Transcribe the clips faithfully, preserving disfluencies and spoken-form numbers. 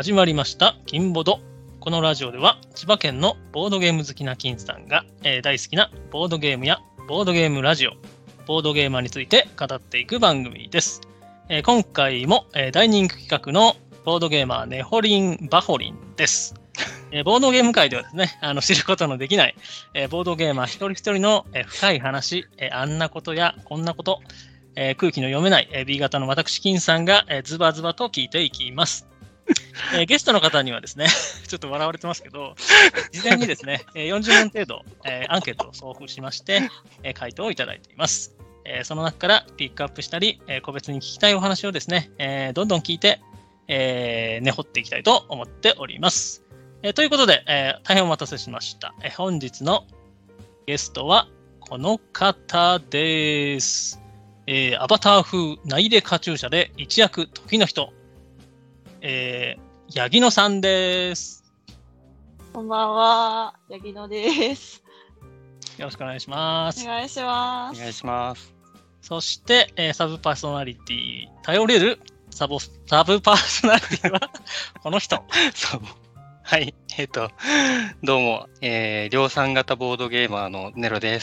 始まりました金ボド。このラジオでは千葉県のボードゲーム好きな金さんが、えー、大好きなボードゲームやボードゲームラジオ、ボードゲーマーについて語っていく番組です。えー、今回も、えー、大人気企画のボードゲーマーネホリンバホリンです。えー、ボードゲーム界ではですね、あの知ることのできない、えー、ボードゲーマー一人一人の、えー、深い話、えー、あんなことやこんなこと、えー、空気の読めない、えー、B 型の私金さんが、えー、ズバズバと聞いていきます。えー、ゲストの方にはですね、ちょっと笑われてますけど、事前にですね、よんじゅう問程度、えー、アンケートを送付しまして、えー、回答をいただいています。えー、その中からピックアップしたり、えー、個別に聞きたいお話をですね、えー、どんどん聞いて、えー、根掘っていきたいと思っております。えー、ということで、えー、大変お待たせしました。えー、本日のゲストはこの方です。えー、アバター風ナイレカチューシャで一躍時の人、えー、ヤギノさんです。 こんばんは、ヤギノです。 よろしくお願いします。 お願いします。 お願いします。 そして、えー、サブパーソナリティ、頼れるサブ、サブパーソナリティはこの人。 そう。はい。えっ、ー、と、どうも、えー、量産型ボードゲーマーのネロです。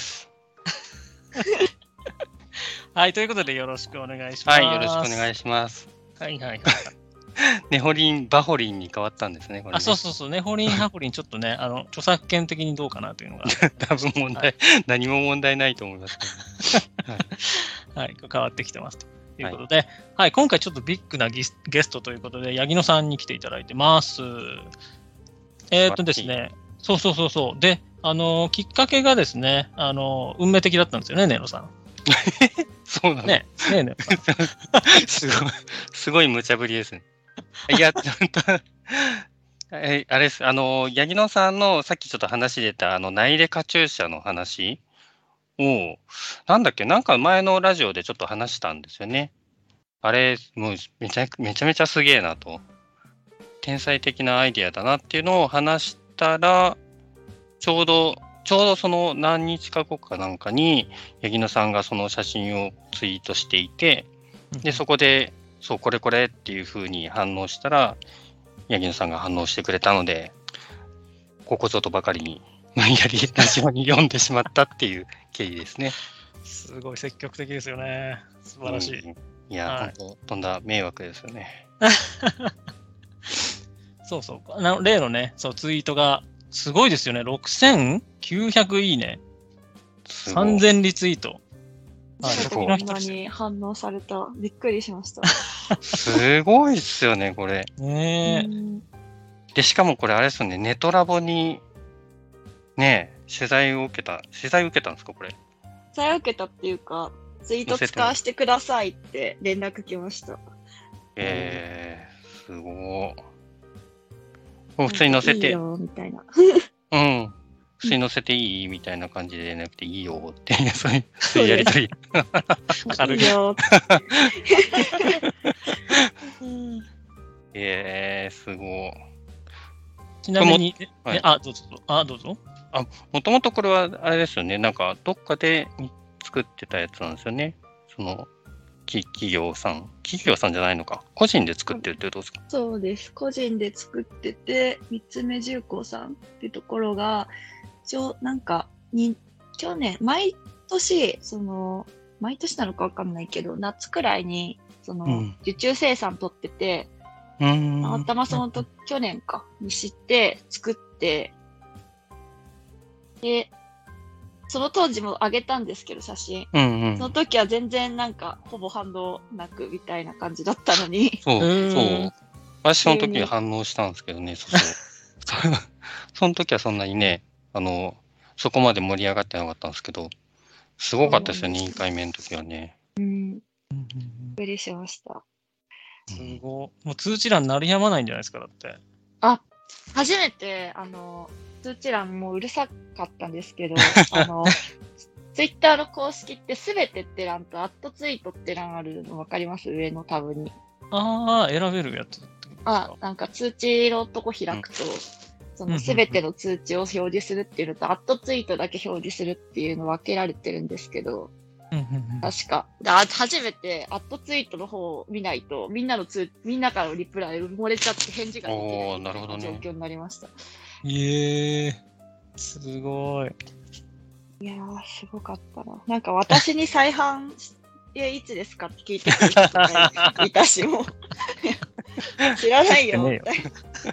はい、ということでよろしくお願いします。 はい、よろしくお願いします。 はいはいはい。 ネホリン、バホリンに変わったんですね、これね。 あ、そうそうそう、ネホリン、ハホリン、ちょっとね、あの、著作権的にどうかなというのが。 多分問題、はい、何も問題ないと思いますけど、ね。 はい、はい、変わってきてますということで、はい、はい、今回ちょっとビッグなゲストということで、ヤギノさんに来ていただいてます。えー、っとですね、そうそうそうそう。で、あの、きっかけがですね、あの、運命的だったんですよね、ネロさん。 そうなのね、ね、ねすごい、すごい無茶ぶりですね。いや、ちゃんと、え、あれです、あの、ヤギノさんのさっきちょっと話出た、あの、ナイレカチューシャの話を、なんだっけ、なんか前のラジオでちょっと話したんですよね。あれ、もうめちゃめちゃめちゃすげえなと。天才的なアイディアだなっていうのを話したら、ちょうど、ちょうどその何日か後かなんかに、ヤギノさんがその写真をツイートしていて、で、そこで、そう、これこれっていう風に反応したら、ヤギノさんが反応してくれたので、ここぞとばかりに、無理やりラジオに読んでしまったっていう経緯ですね。 すごい積極的ですよね。素晴らしい。うん、 いや、はい、本当、とんだ迷惑ですよね。 そうそう。あの例のね、そう、ツイートが、すごいですよね。ろくせんきゅうひゃくいいね。さんぜんリツイート。 あ、こんなに反応された。びっくりしました。 すごいっすよね、これ。 ねえ。で、しかもこれあれですよね、ネトラボに、ね、取材を受けた、取材を受けたんですか、これ。 取材を受けたっていうか、ツイート使わせてくださいって連絡来ました。 えー、すごい。普通に載せて。いいよ、みたいな。 うん。普通に載せていいみたいな感じでなくていいよって、そういう、そういうやりとり。 軽いよ。 えー、すごい。 ちなみに、はい、あ、どうぞ、あ、どうぞ。 あ、もともとこれはあれですよね。なんか、どっかで作ってたやつなんですよね。その、企業さん。企業さんじゃないのか。個人で作ってるってことですか？ そうです。個人で作ってて、三つ目重工さんっていうところが、一応なんかに、去年、毎年、その、毎年なのかわかんないけど、夏くらいに、その、うん、受注生産取ってて、たまたまそのと、去年か、に知って作って、で、その当時も上げたんですけど、写真。 うんうん、 その時は全然なんか、ほぼ反応なくみたいな感じだったのに。 そう、そう。私その時に反応したんですけどね、そうそう。その時はそんなにね、あの、そこまで盛り上がってなかったんですけど、すごかったですよね、にかいめの時はね。 うん。びっくりしました。 すごい。もう通知欄鳴りやまないんじゃないですか、だって。 あ、初めて、あの、通知欄もううるさかったんですけど、あの、ツイッターの公式ってすべてって欄とアットツイートって欄あるの分かります？上のタブに。 ああ、選べるやつってことですか？ あ、なんか通知のとこ開くと、うん、そのすべての通知を表示するっていうのと、アットツイートだけ表示するっていうの分けられてるんですけど、 うんうんうん確か。であ初めてアットツイートの方を見ないと、みんなのツみんなからのリプライ埋もれちゃって返事ができないおーなるほどね状況になりました。 ええー、すごい。 いやー、すごかったな。なんか私に再販し、え、いつですかって聞いてくる人とかいたし、もう。知らないよ、みたいな。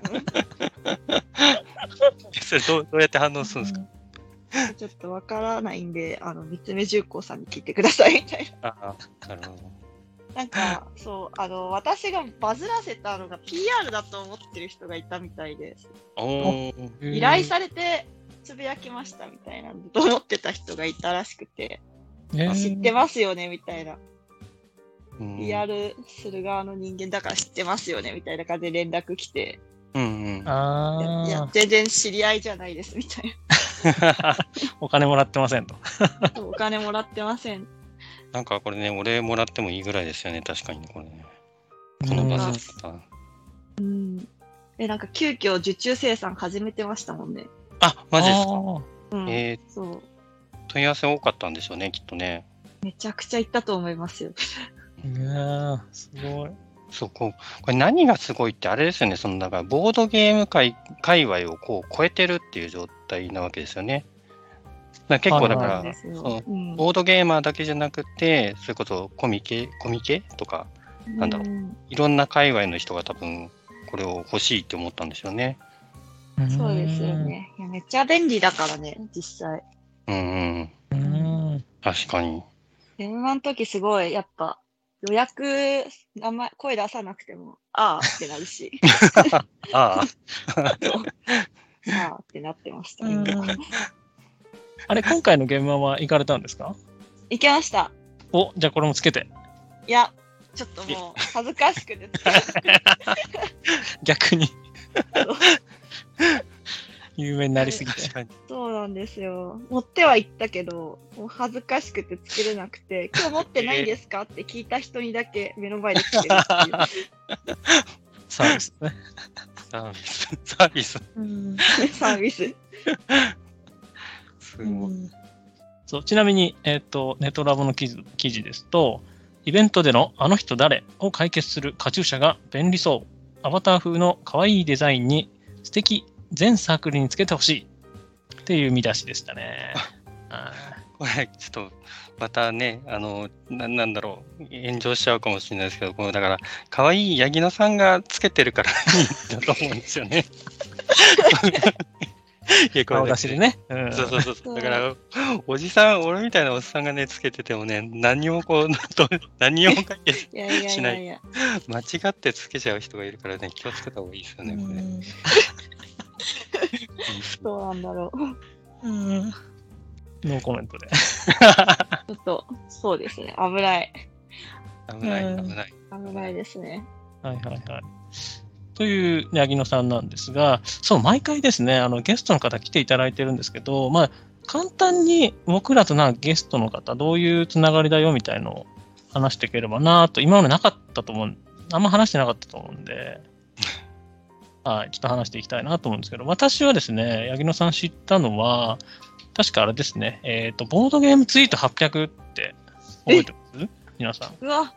それどうどうやって反応するんですか？ ちょっとわからないんで、あの、三つ目重工さんに聞いてください、みたいな。 ああ、なるほど。 なんか、そう、あの、私がバズらせたのが ピーアール だと思ってる人がいたみたいです。 おー依頼されてつぶやきましたみたいなと思ってた人がいたらしくて、 えー知ってますよねみたいな。 うんピーアール する側の人間だから知ってますよねみたいな感じで連絡来て、 うんうん。 いやいやあ全然知り合いじゃないですみたいあ、お金もらってませんと。 な。お金もらってません。 なんかこれね、俺もらってもいいぐらいですよね、確かにね、これね。このバズった。 うん。え、なんか急遽受注生産始めてましたもんね。 あ、マジですか。 うん。 えー、 そう。 問い合わせ多かったんでしょうね、きっとね。 めちゃくちゃ行ったと思いますよ。 いやー、すごい。 そう、こう、これ何がすごいってあれですよね、その、だからボードゲーム界、界隈をこう超えてるっていう状態なわけですよね。だから結構だから、 そうなんですよそううんボードゲーマーだけじゃなくて、それこそコミケ、コミケとか、なんだろううんいろんな界隈の人が多分これを欲しいって思ったんでしょうね。 そうですよね。いや、めっちゃ便利だからね、実際。 うんうん。 うーん。うん。 確かに。 電話の時すごい、やっぱ、予約、名前、声出さなくても、あーってなるし、 ああ。 そうあーってなってました、みんな。 あれ、今回の現場は行かれたんですか？ 行けました。 お、じゃあこれもつけて。 いや、ちょっともう、恥ずかしくてつけなくて、 逆に。有名になりすぎて。 確かに。 そうなんですよ。持っては行ったけど、もう恥ずかしくてつけれなくて、今日持ってないですかって聞いた人にだけ目の前でつけるっていう。 サービスね。 サービス。サービス。 サービス。 すごい。 そうちなみに、えっと、ネットラボの記事記事ですと、イベントでのあの人誰を解決するカチューシャが便利そう。アバター風の可愛いデザインに素敵。全サークルにつけてほしい。っていう見出しでしたね。あこれ、ちょっと、またね、あの、ななんだろう、炎上しちゃうかもしれないですけど、このだから、可愛い八木野さんがつけてるからいいんだと思うんですよね。いやー顔出しで。ね。うんそうそうそうそう。だから、おじさん、俺みたいなおっさんがね、つけててもね、何もこう、と何も解決いやいやいしない。 やいや。 間違ってつけちゃう人がいるからね、気をつけた方がいいですよね、これ。 うんどうなんだろう。 うんノーコメントで。 ちょっと、そうですね。危ない。 危ない、 うん危ない。 危ないですね。 はいはいはい。という八木野さんなんですが、そう、毎回ですね、あのゲストの方来ていただいてるんですけど、まあ、簡単に僕らとなゲストの方、どういうつながりだよみたいのを話していければなと、今までなかったと思う、あんま話してなかったと思うんで、はい、ちょっと話していきたいなと思うんですけど、私はですね、八木野さん知ったのは、確かあれですね、えっと、ボードゲームツイートはっぴゃくって覚えてます皆さん。 うわ、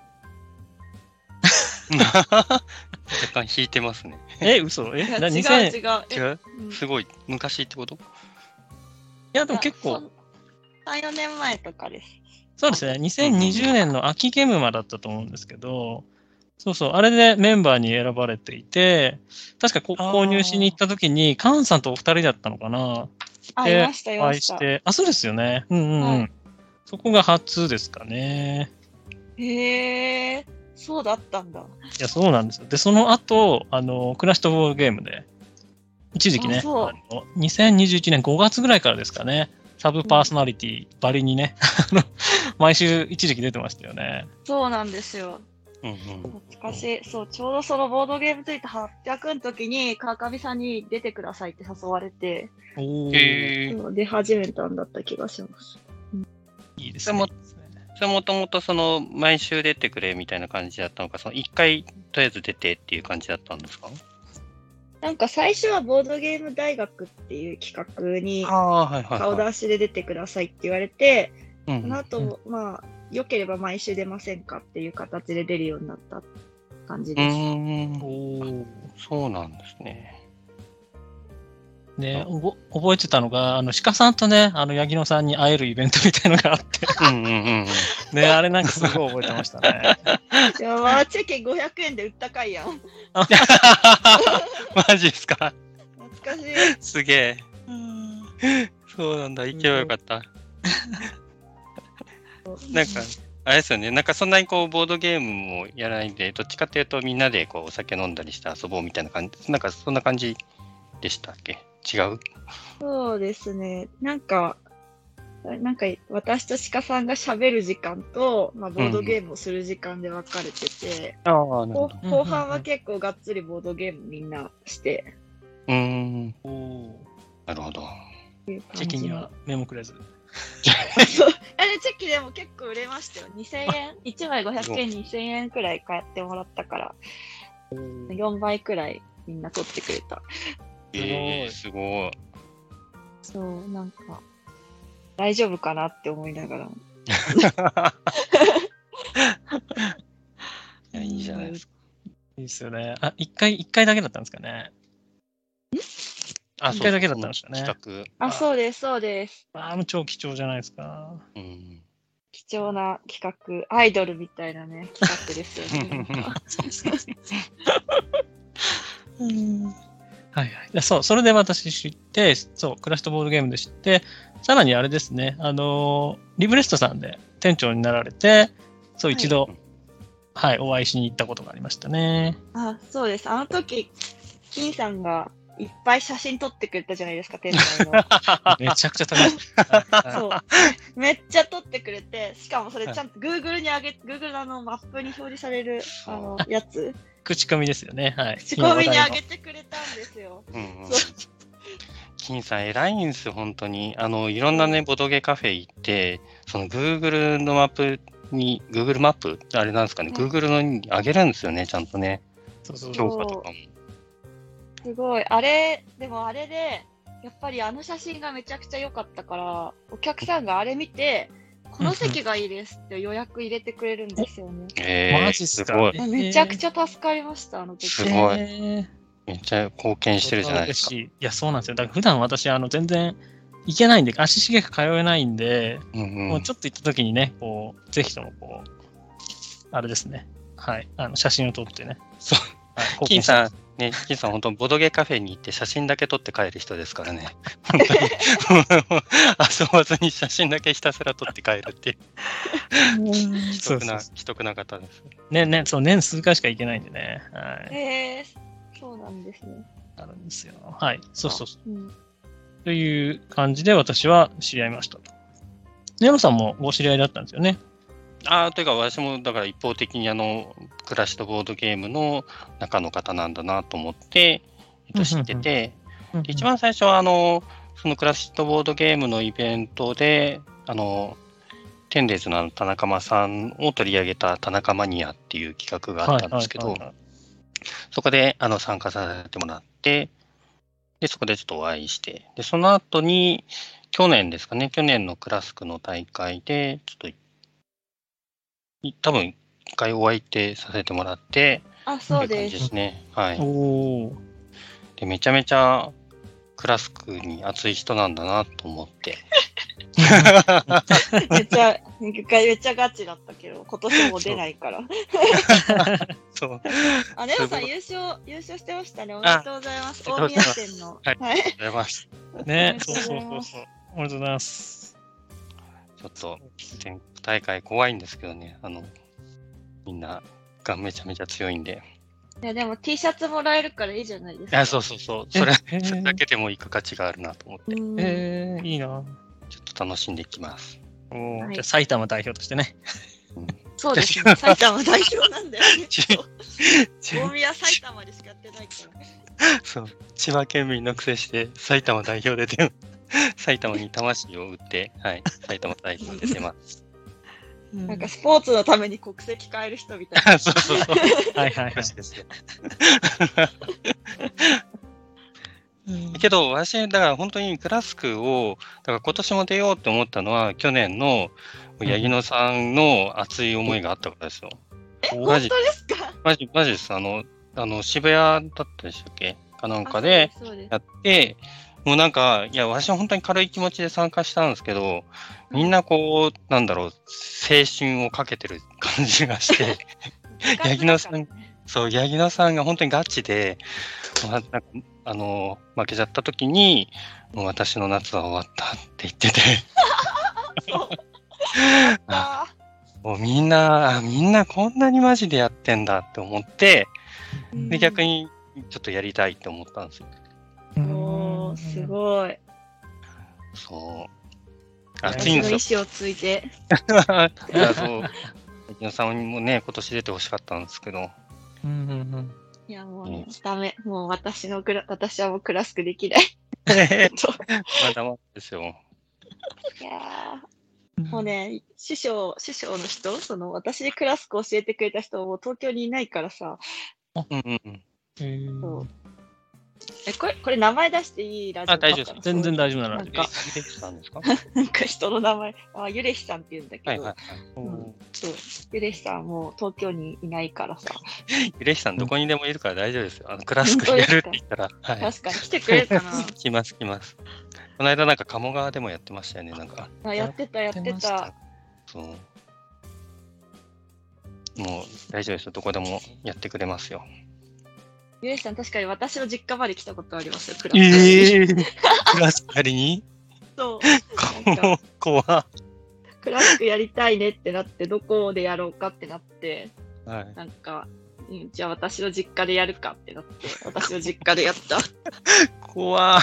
若干引いてますね。 え、嘘えないや違うにせん違う。え違ううんすごい。昔ってこといや、でも結構、 さん、よねんまえとかです。 そうですね、にせんにじゅうねんの秋ゲームマだったと思うんですけど、そうそう、あれでメンバーに選ばれていて、確かこあー購入しに行った時に、カンさんとお二人だったのかな。 あ、 でいました、いおまし。 会いしたて、あ、そうですよね。うんうんうん。 はいそこが初ですかね。 へえ、そうだったんだ。 いや、そうなんですよ。で、その後、あの、クラッシュとボードゲームで、一時期ね、 あそうあのにせんにじゅういちねんごがつぐらいからですかね、サブパーソナリティばりにね、あの毎週一時期出てましたよね。 そうなんですよ。 うんうん。 懐かしい。そう、ちょうどそのボードゲームついてはっぴゃくの時に、川上さんに出てくださいって誘われて、 おー、 へえ。 そう出始めたんだった気がします。 いいですね。 でもそれもともとその毎週出てくれみたいな感じだったのか、その一回とりあえず出てっていう感じだったんですか？ なんか最初はボードゲーム大学っていう企画にああ、はいはい、 顔はい。 出しで出てくださいって言われて、 うんその後、まあ、 良ければ毎週出ませんかっていう形で出るようになった感じうです。 ーん、 おーそうなんですね。 ね、おぼ覚えてたのが、あの、鹿さんとね、あの、八木野さんに会えるイベントみたいのがあって、 うんうんうんうん。 ね、あれなんかすごい覚えてましたね。 いや、まあ、チェキごひゃくえんで売ったかいやん。 マジっすか。 懐かしい。 すげえ。そうなんだ、行けばよかった。なんか、あれですよね、なんかそんなにこう、ボードゲームもやらないで、どっちかっていうとみんなでこう、お酒飲んだりして遊ぼうみたいな感じ、なんかそんな感じでしたっけ？違う？ そうですね。なんか、なんか私と鹿さんが喋る時間と、まあ、ボードゲームをする時間で分かれてて、 ああ、なるほ後ど。 後半は結構がっつりボードゲームみんなして、 うーん、 おーなるほど。 っていう感じチェキには目もくれず。 そう。あれ、チェキでも結構売れましたよ。にせんえん ?いち 枚ごひゃくえんにせんえんくらい買ってもらったから、よんばいくらいみんな取ってくれた。 えー、すごい。 そう、なんか、大丈夫かなって思いながらも。 いや、いいじゃないですか。 いいですよね。あ、一回、一回だけだったんですかね。 あ、 一回だけだったんですよね企あ、そうです、そうです。 ああ、もう超貴重じゃないですか。 画。うん。 貴重な企画、アイドルみたいなね、企画ですよね。なんかはいはい。でそう、それで私知って、そう、クラフトボードゲームで知って、さらにあれですね、あのー、リブレストさんで店長になられて、そう、一度、はい、お会いしに行ったことがありましたね。 あ、そうです。あの時、金さんがいっぱい写真撮ってくれたじゃないですか、店内の。 めちゃくちゃ楽しかった。 そう。めっちゃ撮ってくれて、しかもそれちゃんと Google に上げ、Google のあのマップに表示されるあのやつ、 口コミですよね。はい。 口コミに上げてくれたんですよ。 うんうんそう金さん偉いんですよ、本当に。あの、いろんなね、ボドゲカフェ行って、その Google のマップに、Google マップあれなんですかね、 はい Google のに上げるんですよね、ちゃんとね。 そうそう評価とかも。 すごい。あれ、でもあれで、やっぱりあの写真がめちゃくちゃ良かったから、お客さんがあれ見て、この席がいいですって予約入れてくれるんですよね。 えー、 マジっすかごい。 えーめちゃくちゃ助かりました、あの時。 すごいえーめっちゃ貢献してるじゃないですか。 嬉しい。いや、そうなんですよ。だから普段私、あの、全然行けないんで、足しげく通えないんで、 うんうんもうちょっと行った時にね、こう、ぜひともこう、あれですね。はい。あの、写真を撮ってね。 そう。 はい、 金さんん、 ね、金さん本当ボドゲカフェに行って写真だけ撮って帰る人ですからね。本当に遊ばずに写真だけひたすら撮って帰るっていう。既そうそう得な、既得な方です。 ね、ね、そう、年数回しか行けないんでね。はい。 へえー、そうなんですね。 あるんですよ。はい。そうそうそう。 うん、 という感じで私は知り合いましたと。ネロさんもご知り合いだったんですよね。 ああ、というか私もだから一方的にあの、クラシットボードゲームの中の方なんだなと思って、えっと、知ってて、で一番最初はあの、そのクラシットボードゲームのイベントで、あの、テンデーズのあの田中間さんを取り上げた田中マニアっていう企画があったんですけど、そこであの参加させてもらって、で、そこでちょっとお会いして、で、その後に、去年ですかね、去年のクラスクの大会で、ちょっと、い多分一回お相手させてもらって、 あ、そうっていう感です。 じですね。はい。 おー。 で、めちゃめちゃクラスクに熱い人なんだなと思って。 めっちゃ、めっちゃガチだったけど、今年も出ないから。 そう。 あ、ネロさん優勝、優勝してましたね。おめでとうございます。大宮店の。 はい。 はい。 ありがとうございます。 ね、そうそうそうそう。おめでとうございます。 ちょっと、全国大会怖いんですけどね、あの、みんながめちゃめちゃ強いんで。 いや、でも T シャツもらえるからいいじゃないですか。 あ、そうそうそう。それ、 えそれだけでも行く価値があるなと思って、 うんえー、いいな。 ちょっと楽しんでいきます。 おーはいじゃあ埼玉代表としてね。 そうですね。埼玉代表なんだよね。 ち大宮埼玉でしかやってないから。 そう、千葉県民のくせして埼玉代表で出る埼玉に魂を打って、はい、埼玉代表で出ます。 なんかスポーツのために国籍変える人みたいな。 そうそうそう。 はいはいはい。 ですよ。けど、私、だから本当にクラスクを、だから今年も出ようと思ったのは、去年の八木野さんの熱い思いがあったからですよ。 え、 マジ本当ですか？ マジ、マジです。あの、あの渋谷だったでしたっけかなんかあでそうですそうですやって、もうなんか、いや、私は本当に軽い気持ちで参加したんですけど、みんなこう、なんだろう、青春をかけてる感じがして、八木野さん、そう、八木野さんが本当にガチで、まあなんかあの、負けちゃった時に、もう私の夏は終わったって言ってて、 そうあもうみんな、あみんなこんなにマジでやってんだって思って、 ーで、逆にちょっとやりたいって思ったんですよ。 おー、すごい。 そう。 や私熱いんですよ。 の意思を継いで。 いや、そう。八木野さんにもね、今年出てほしかったんですけど。 うんうんうんいや、もうねうん、 ダメ。もう私のクラ、私はもうクラスクできない。 まだまだですよ。 いやー、もうね、師匠、師匠の人、その、私にクラスク教えてくれた人もう東京にいないからさ、 うんうんうん。 へーそうえ、これ、これ名前出していいラジオあ大丈夫です全然大丈夫ならなんか、 え、できたんですか？ なんか人の名前、あ、ゆれしさんって言うんだけど、 はいはいはい。 うんそう、ゆれしさんもう東京にいないからさ、 ゆれしさん、どこにでもいるから大丈夫ですよ。あのクラスクやるって言ったら、はい。 確かに来てくれるかな。 来ます来ます。この間なんか鴨川でもやってましたよね、なんか。 あ、やってた、やってた。 そう。もう大丈夫ですよ。どこでもやってくれますよ。 ゆれしさん、確かに私の実家まで来たことありますよ、クラスク。 ええー、クラスクやりにそう。なんか怖っ。 クラスクやりたいねってなって、どこでやろうかってなって、 はい。 なんか、うんじゃあ私の実家でやるかってなって、私の実家でやった。 怖っ。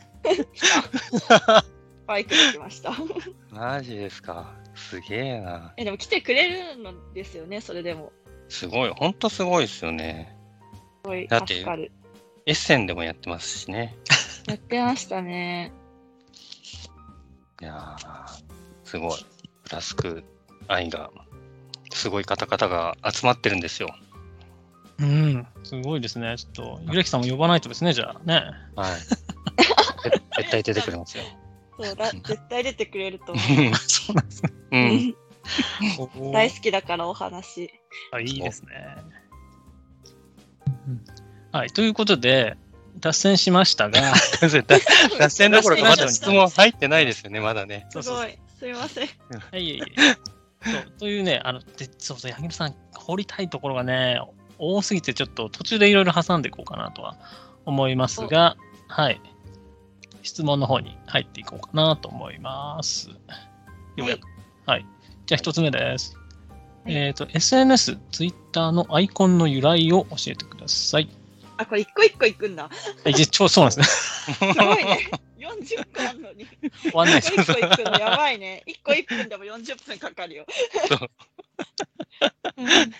バイクで来ました。 マジですか。すげえな。 え、でも来てくれるのですよね、それでも。 すごい。ほんとすごいですよね。 すごいだって助かる。 エッセンでもやってますしね。 やってましたね。 いやー、すごい。クラスク愛が、すごい方々が集まってるんですよ。 うん、すごいですね。ちょっと、ゆれきさんも呼ばないとですね、じゃあね。 はい。絶対出てくれますよ。 そうだ、絶対出てくれると思うんそうなんですね。 うう。 ん。 うん大好きだからお話。 あ、いいですね。うんはい、ということで、脱線しましたが、 脱線どころかまだ質問入ってないですよね、まだね。 すごい。すいません。 はいいえいえそうというね、あの、でそうそう、八木さん、掘りたいところがね、多すぎて、ちょっと途中でいろいろ挟んでいこうかなとは思いますが、はい。質問の方に入っていこうかなと思います。ようやく。はい。じゃあ、一つ目です。 はいえっ、と、エスエヌエス、Twitter のアイコンの由来を教えてください。 あ、これ一個一個いくんだ。 え、ちょそうなんですね。 すごいね。よんじゅっこあるのに。 終わんないです一個一個いくのやばいね。いっこいっぷんでもよんじゅっぷんかかるよ。 そううん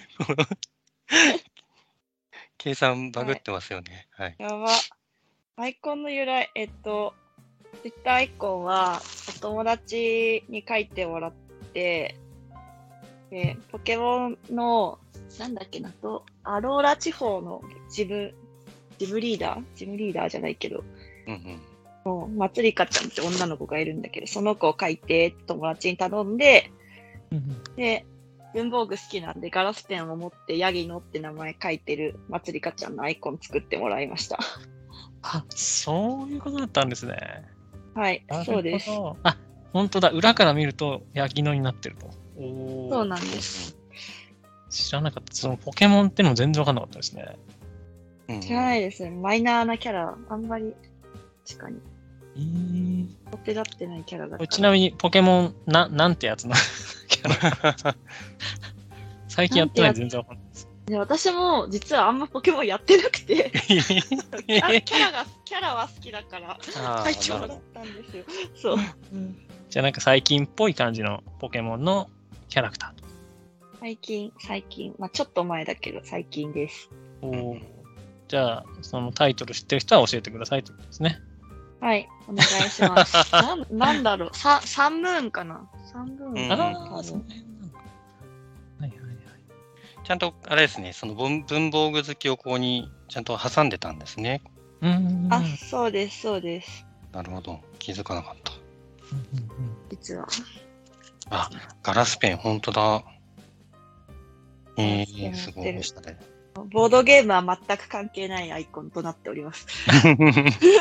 計算バグってますよね。はい。 やば。アイコンの由来、えっと、Twitter アイコンはお友達に書いてもらって、で、ポケモンの、なんだっけなと、アローラ地方のジム、ジムリーダージムリーダーじゃないけど、 うんうん。 もう、まつりかちゃんって女の子がいるんだけど、その子を書いて友達に頼んで、で、文房具好きなんでガラスペンを持ってヤギのって名前書いてるまつりかちゃんのアイコン作ってもらいました。 あ、そういうことだったんですね。 はいなる、ほどそうです。 あ、本当だ。裏から見ると、ヤギのになってると。おーそうなんです。 知らなかった。そのポケモンってのも全然わかんなかったですね。 うん知らないですね。マイナーなキャラ、あんまり、確かに、 えー手立ってないキャラだから。 これちなみにポケモン、ななんてやつなキャラ最近やってないんで全然わかんないです。 で私も実はあんまポケモンやってなくて、キャキャラが、キャラは好きだから、 あ会長ーなるほだったんですよ。そう。 じゃあなんか最近っぽい感じのポケモンのキャラクターと。 最近、最近、まあちょっと前だけど最近です。 おーじゃあ、そのタイトル知ってる人は教えてくださいということですね。 はい、お願いします。なんなんだろう、ササンムーンかなサンムーンうんかな、 ああ、 多分その辺なのか。はいはいはい。 ちゃんと、あれですね、その文文房具好きをここにちゃんと挟んでたんですね。 うーん。 あ、そうです、そうです。 なるほど。気づかなかった。 うんうんうん実は。 あ、ガラスペン、ほんとだ。えガラスペンー、すごい持ってるしたね。 ボードゲームは全く関係ないアイコンとなっております。 確かに。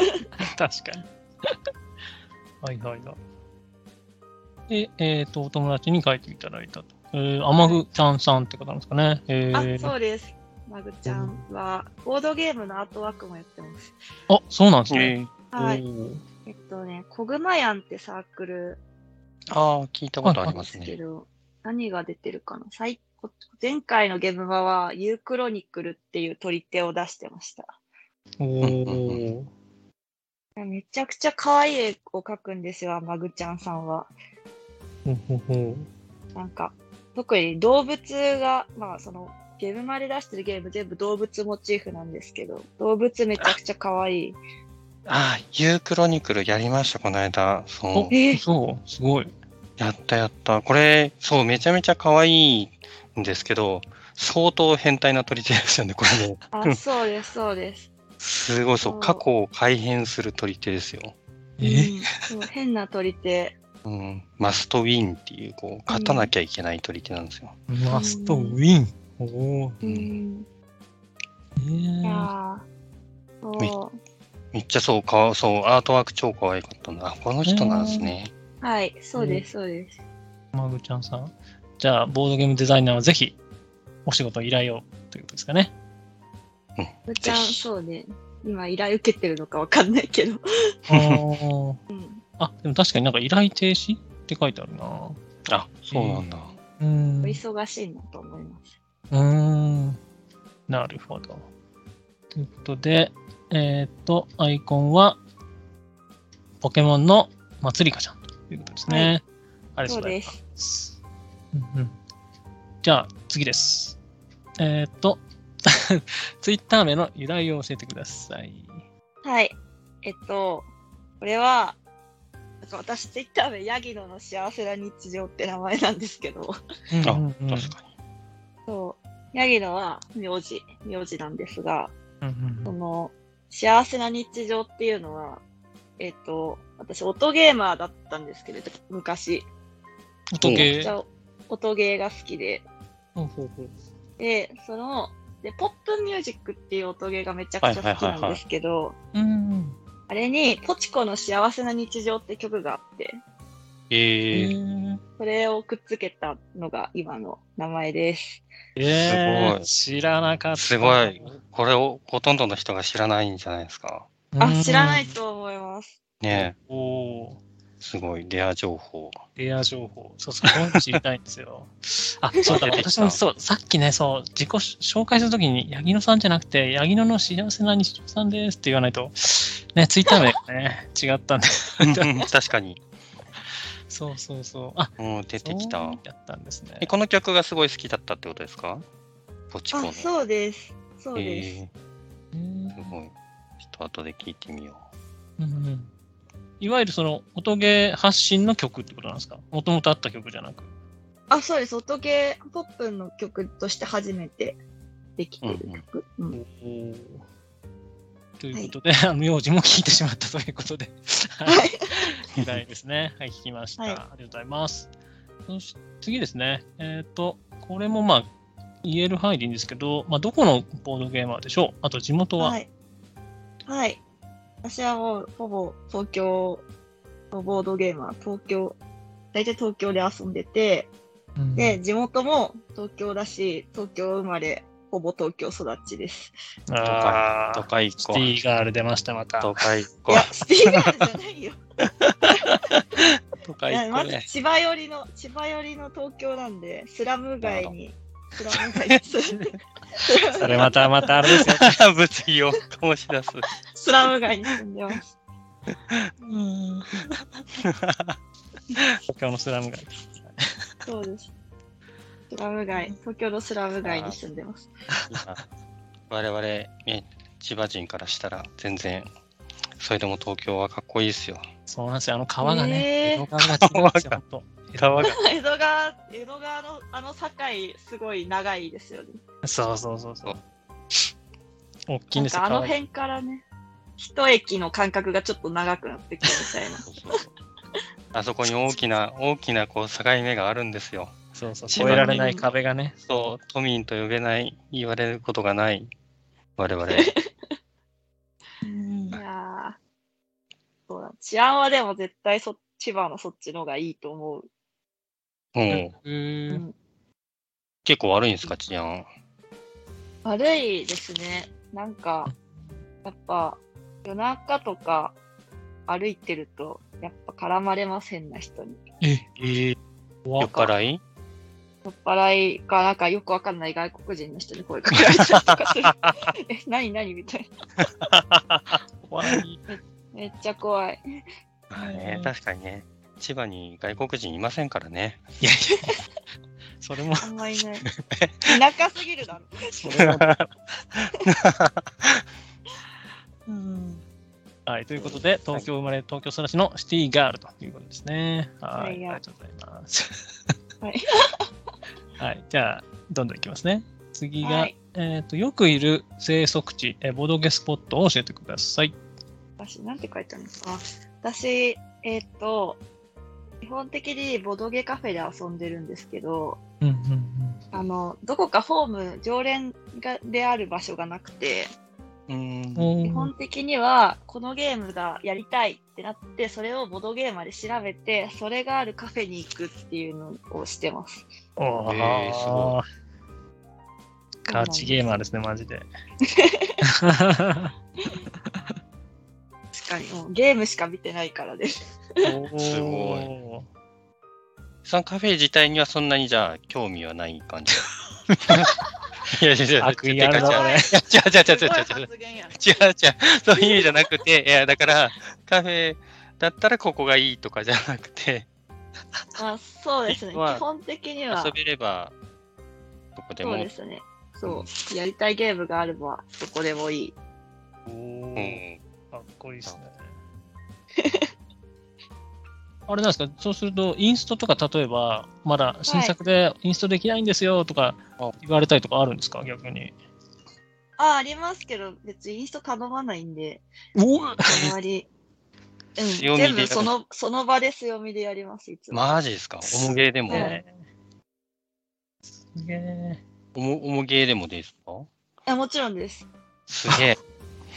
はいはいはい。で、えっ、と、お友達に書いていただいたと。えー、あまぐちゃんさんって方なんですかね。えあ、 ー、 そうです。マグちゃんは、ボードゲームのアートワークもやってます。 あ、そうなんですね。 えー、 はい。 おーえっとね、コグマヤンってサークルああ、聞いたことありでますね。 すけど、何が出てるかな最こ前回のゲームマは、ユークロニクルっていう取り手を出してました。 おー。 めちゃくちゃ可愛い絵を描くんですよ、マグちゃんさんは。 ほほほなんか、特に動物が、まあその、ゲームマで出してるゲーム全部動物モチーフなんですけど、動物めちゃくちゃ可愛い。 ああ、ユークロニクルやりました、この間。そう。 お、 えーそう、すごい。 やったやった。これ、そう、めちゃめちゃ可愛いんですけど、相当変態な取り手ですよね、これね。 あ、そうです、そうです。 すごい、そう、 そう過去を改変する取り手ですよ。 えうん、そう変な取り手。 うん、マストウィンっていう、こう、勝たなきゃいけない取り手なんですよ。 マストウィン。おー。 ううんん。 えいー、 やーそう。 めっちゃそう、かわそう、アートワーク超可愛かったな。あ、この人なんですね。 はい、そうです、そうです。 マグちゃんさん。じゃあ、ボードゲームデザイナーはぜひ、お仕事依頼をということですかね。 うん、 マグちゃん、 ぜひ。 そうね。今依頼受けてるのかわかんないけど。 あーうん。 あ、でも確かになんか依頼停止って書いてあるな。 あ、そうなんだ。 うーん。 おう忙しいなと思います。 ーん。なるほど。ということで、えーっと、アイコンは、ポケモンのまつりかちゃんということですね。ありがとうございます。うんうん、じゃあ、次です。えーっと、ツイッター名の由来を教えてください。 はい。えっと、これは、なんか私、ツイッター名、ヤギノの幸せな日常って名前なんですけど、 あ、 うんうんうん確かに。 そう、ヤギノは名字、名字なんですが、 うんうんうんその、幸せな日常っていうのは、えっと、私、音ゲーマーだったんですけれど、昔。 音ゲー。 めちゃくちゃ音ゲーが好きで、 ほうほうほうで、その、で、ポップミュージックっていう音ゲーがめちゃくちゃ好きなんですけど、 うんあれに、ポチコの幸せな日常って曲があって、 えー、 ー、 それをくっつけたのが今の名前です。 えー、 す知らなかった。 すごい。これをほとんどの人が知らないんじゃないですか。 あ、知らないと思います。 ねえ、 おー、 すごい、レア情報。 レア情報。そうそう、こういうの知りたいんですよ。あ、そうだ、 出てきた私もそう、さっきね、そう、自己紹介するときに、ヤギノさんじゃなくて、ヤギノの幸せな日常さんですって言わないと、ね、ツイッター名がね、違ったんで。 確かに。 そうそうそう。あ、 うん、出てきた。 そうやったんですねえ、。この曲がすごい好きだったってことですか？ポチコの。 あ、そうです。そうです。 えうー、すごい。ちょっと後で聞いてみよんうんいわゆるその音ゲー発信の曲ってことなんですか？もともとあった曲じゃなく。 あ、そうです。音ゲーポップの曲として初めてできてる曲。うんということで、あの名字も聞いてしまったということで、はい。 はい。 議題ですね。はい、聞きました。 はいありがとうございます。そして次ですね。えっ、と、これもまあ、言える範囲でいいんですけど、まあ、どこのボードゲーマーでしょう？あと地元は？ はい。はい。私はもう、ほぼ東京のボードゲーマー、東京、大体東京で遊んでて、 うんで、地元も東京だし、東京生まれ、ほぼ東京育ちです。 あ都会っ子ーシティガール出ました、まう。 た。 都会っ子い。や、シティガールじゃないよ。 都いやまず会っ子ね。 千葉寄りの、千葉寄りの東京なんで、スラム街に、スラム街に住んで、 それまた、またあれですよ。 物議を醸し出す。 スラム街に住んでます。 うん東京のスラム街。 そうです。スラム街、東京のスラム街に住んでます。 我々、ね、千葉人からしたら全然、それでも東京はかっこいいですよ。 そうなんですよ。あの川がね、 えー江戸川が違うんですよ、ほんと。 川が。 江戸川、江戸川のあの境、すごい長いですよね。 そうそうそうそう。大きいんですよ。 なんかあの川が辺からね、一駅の間隔がちょっと長くなってきたみたいな。 そうそうそうあそこに大きな、大きなこう境目があるんですよ。 そうそう、 千葉越えられない壁がね。 そう、都民と呼べない、言われることがない我々。 いやー、そうだ。治安はでも絶対そ千葉のそっちの方がいいと思う。 うん、 う。 うんん、 結構悪いんですか、治安。 悪いですね。なんか、やっぱ夜中とか歩いてると、やっぱ絡まれませんな、人に。 え、 えー、 怖っ酔っ払い酔っ払いか、なんかよくわかんない外国人の人に声かけられたりとかする。え、何何みたいな。 怖い。 めっちゃ怖い。 まあね、確かにね、千葉に外国人いませんからね。 いやいや、それも、 あんまいない。田舎すぎるだろ。 それも。うんはい、ということで、東京生まれ、東京育ちのシティガールということですね。はい、ありはいがとうございます。 はい。 はい、じゃあ、どんどんいきますね。次が、 はいえっ、と、よくいる生息地、えーボドゲスポットを教えてください。 私、なんて書いてあるのかな。私、えーっと、基本的にボドゲカフェで遊んでるんですけど、 うんうんあの、どこかホーム、常連がである場所がなくて、 うーん。 うん。 基本的にはこのゲームがやりたいってなって、それをボドゲーマーで調べて、それがあるカフェに行くっていうのをしてます。 おー、 えーすごガチゲーマーですね、マジで。 確かに、もうゲームしか見てないからです。 すごそのカフェ自体にはそんなにじゃあ興味はない感じ。いやいやいや、 悪意あるな、これ。 いや違う違う違うすごい違う違う違う。 発言やん。 違う違う、そういう意味じゃなくて、いや、だから、カフェだったらここがいいとかじゃなくて、 まあ、そうですね。基まあ本的には遊、べれば、どこでも。 そうですね。そう。やりたいゲームがあれば、どこでもいい。 おうー、 ん。 かっこいいですね。あれなんですか、そうすると、インストとか例えば、まだ新作でインストできないんですよとか言われたりとかあるんですか、逆に。 あ、ありますけど、別にインスト頼まないんで、 おあまり。うん、 強みでやる全部そのその場で強みでやります、いつも。 マジですか、重ゲーでも、 はいすげえ。 重重ゲーでもですかあ、もちろんです。 すげえ。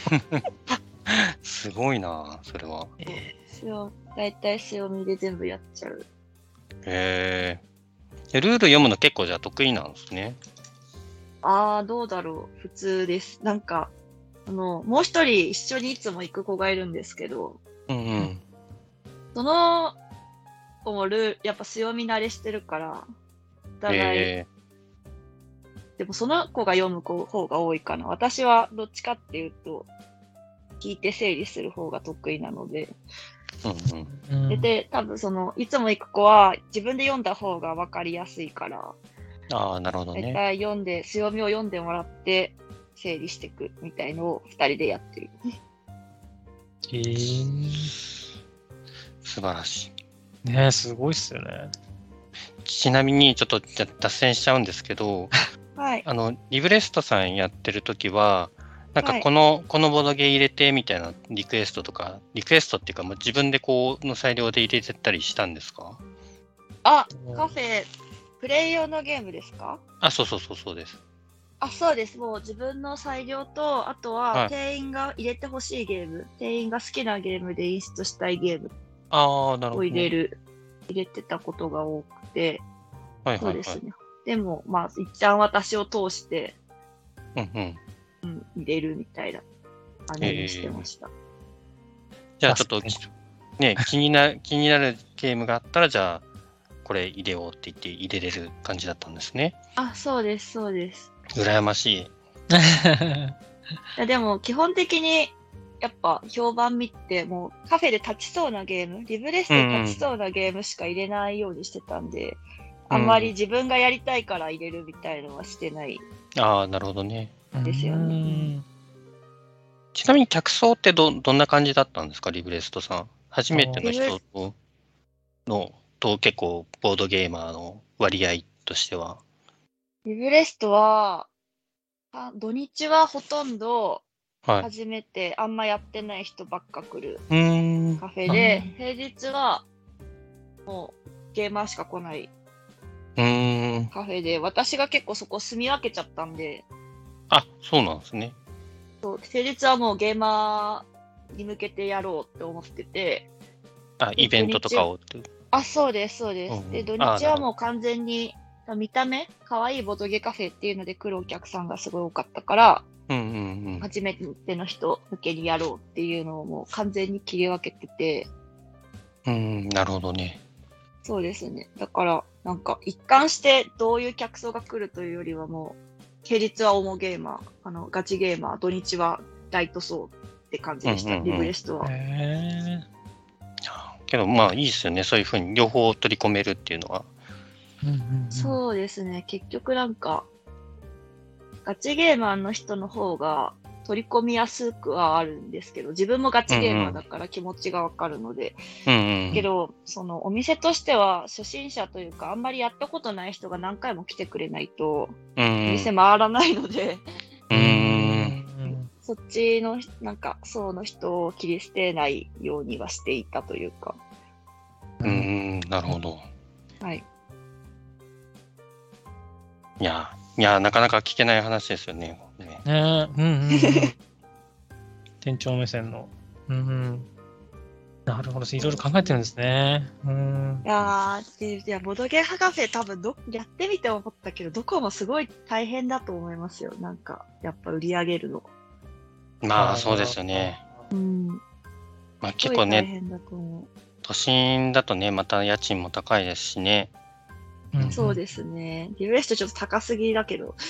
すごいな、それは。 強だいたい強みで全部やっちゃう。 へえ。ルール読むの結構じゃあ得意なんですね。 ああ、どうだろう。普通です。なんか、あの、もう一人一緒にいつも行く子がいるんですけど、 うんうん。 その子もルール、やっぱ強み慣れしてるから、お互い、 へでもその子が読む子方が多いかな。私はどっちかっていうと、聞いて整理する方が得意なので。 え。うんうん。 うんで、で多分その、いつも行く子は自分で読んだ方が分かりやすいから、 ああ、なるほどだいね。 たい読んで、強みを読んでもらって、整理していくみたいのを二人でやってる。 へえ。 素晴らしい。 ねえ、すごいっすよね。 ちなみに、ちょっとじゃ脱線しちゃうんですけど、 はい。 あの、リブレストさんやってるときは、なんかはいこの、このボードゲー入れてみたいなリクエストとか、リクエストっていうか、もう自分でこうの裁量で入れてったりしたんですか？ あ、カフェ、プレイ用のゲームですか？ あ、そうそうそうそうです。 あ、そうです。もう自分の裁量と、あとははい店員が入れてほしいゲーム、店員が好きなゲームでインストしたいゲームああ、なるほど。 を入れる、入れてたことが多くて、 はいはいはい。 そうですね。でも、まあ、一旦私を通して、 うんうん。 うん、入れるみたいな感じにしてました。 じゃあちょっと、ね、気にな、気になるゲームがあったら、じゃあ、これ入れようって言って入れれる感じだったんですね。 あ、そうです、そうです。 羨ましい。 いやでも、基本的に、やっぱ評判見て、もうカフェで立ちそうなゲーム、リブレストで立ちそうなゲームしか入れないようにしてたんで、 うんあんまり自分がやりたいから入れるみたいのはしてない。 ああ、なるほどね。 ですよねうんちなみに客層ってど、どんな感じだったんですか、リブレストさん。初めての人との、と結構ボードゲーマーの割合としては。 リブレストは、あ土日はほとんどはい。 初めてあんまやってない人ばっか来るうーん。 カフェで、平日はもうゲーマーしか来ないうーん。 カフェで、私が結構そこ住み分けちゃったんで、 あ、そうなんですね。 そう平日はもうゲーマーに向けてやろうって思ってて、 あ、イベントとかをって。 あ、そうです、そうです。 うんうんで、土あ日はもう完全に見た目、可愛いボトゲカフェっていうので来るお客さんがすごい多かったから、 うんうんうん。 初めての人向けにやろうっていうのをもう完全に切り分けてて、 うん、なるほどね。 そうですね。だから、なんか一貫してどういう客層が来るというよりはもう、平日は重ゲーマー、あの、ガチゲーマー、土日はライト層って感じでした、 うんうんうんリブレストは。 へーけどまあいいですよね。そういうふうに両方取り込めるっていうのは。 うんうんうんそうですね。結局なんか、ガチゲーマーの人の方が取り込みやすくはあるんですけど、自分もガチゲーマーだから気持ちがわかるので、 うんうん。 けど、そのお店としては初心者というか、あんまりやったことない人が何回も来てくれないと、 うんうん。 お店回らないので、 うーん。 そっちのなんか層の人を切り捨てないようにはしていたというか、 うーん、なるほど。 はい。 いや、いや、なかなか聞けない話ですよね。ねねえ、うんうんうん。店長目線の。うんうん。なるほど、いろいろ考えてるんですね。うんい。やー、でいや、ボドゲカフェ多分ど、やってみて思ったけど、どこもすごい大変だと思いますよ。なんか、やっぱ売り上げるの。 まあそうですよね。 うん。 まあすごい大結構ね、 変だと思都心だとね、また家賃も高いですしね。 うんう。そうですね。リブレストちょっと高すぎだけど、 うん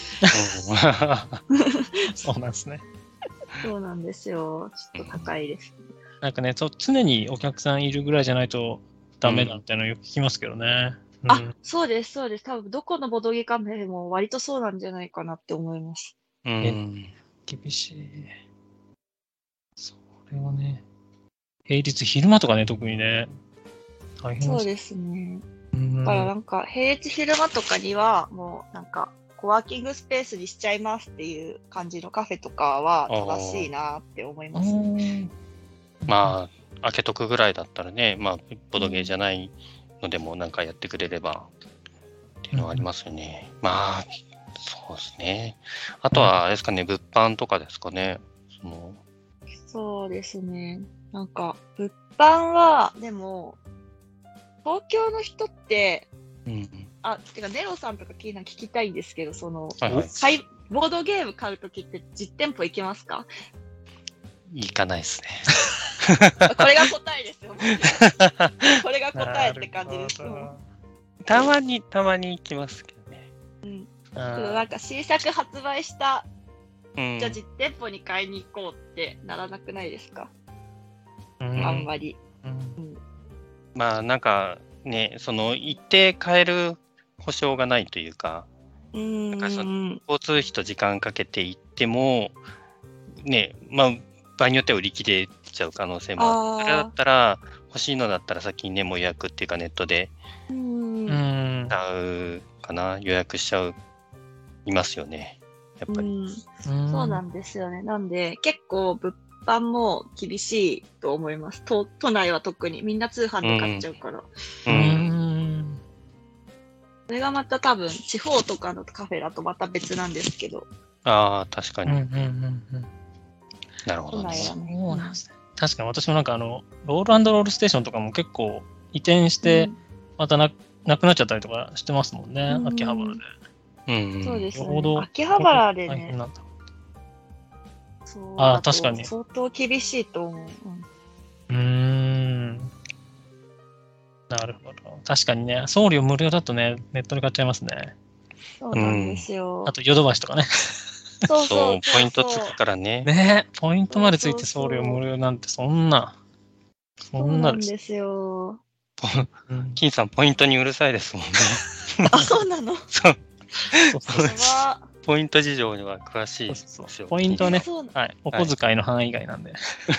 そうなんですね。 そうなんですよ。ちょっと高いです。 なんかね、そう常にお客さんいるぐらいじゃないとダメだっていうのをよく聞きますけどね。うんあ、そうです、そうです。多分、どこのボドゲカフェも割とそうなんじゃないかなって思います。 うん。 厳しい。それはね、平日昼間とかね、特にね、大変そうでですね。 す。うんだからなんか、平日昼間とかには、もうなんか、コワーキングスペースにしちゃいますっていう感じのカフェとかは正しいなって思います。 まあ、開けとくぐらいだったらね、まあ、ボドゲーじゃないのでもなんかやってくれればっていうのはありますよね。まあ、そうですね。あとは、あれですかね、物販とかですかね。そのそうですね。なんか、物販は、でも、東京の人って、 うん。 あ、てか、ネロさんとか聞い聞きたいんですけど、その、 はいはい。 買いボードゲーム買うときって実店舗行けますか？ 行かないですね。 これが答えですよ。これが答えって感じです。うんたまに、たまに行きますけどね。 うんあけどなんか新作発売した、 うん。 じゃあ実店舗に買いに行こうってならなくないですか？ うんあんまり。 うんまあ、なんかね、その、行って買える保証がないというか、 うーん。 なんかそ交通費と時間かけて行っても、ね、まあ、場合によっては売り切れちゃう可能性もある。 あーそれだったら、欲しいのだったら先にね、もう予約っていうかネットでうーうんん買うかな、予約しちゃう、いますよね、やっぱり。 うんうんそうなんですよね。なんで、結構物販も厳しいと思います。都都内は特に。みんな通販で買っちゃうから。 う。 うんんそれがまた多分、地方とかのカフェだとまた別なんですけど、 ああ、確かに。 うんうんうんうんなるほどね。 都内はね。 そうなんですね。確かに私もなんかあの、ロール&ロールステーションとかも結構移転して、またななくなっちゃったりとかしてますもんね、 うん秋葉原で。 うん、うん。 そうですよほどね。秋葉原でね、 大変なんだ。 そうあーだと確かに相当厳しいと思う。うんうーん。なるほど。確かにね、送料無料だとね、ネットで買っちゃいますね。 そうなんですよ。 あと、ヨドバシとかね。 そうそう、ポイントつそうくからね。 ねポイントまでついてそうそうそう送料無料なんて、そんな。そそうんななんです。 ですよ。 うん金さん、ポイントにうるさいですもんね。 あ、そうなの。 そう、 そうそうそれは、 ポイント事情には詳しいでそうすよ。 ポイントはね、 そうなはい、お小遣いの範囲外なんで。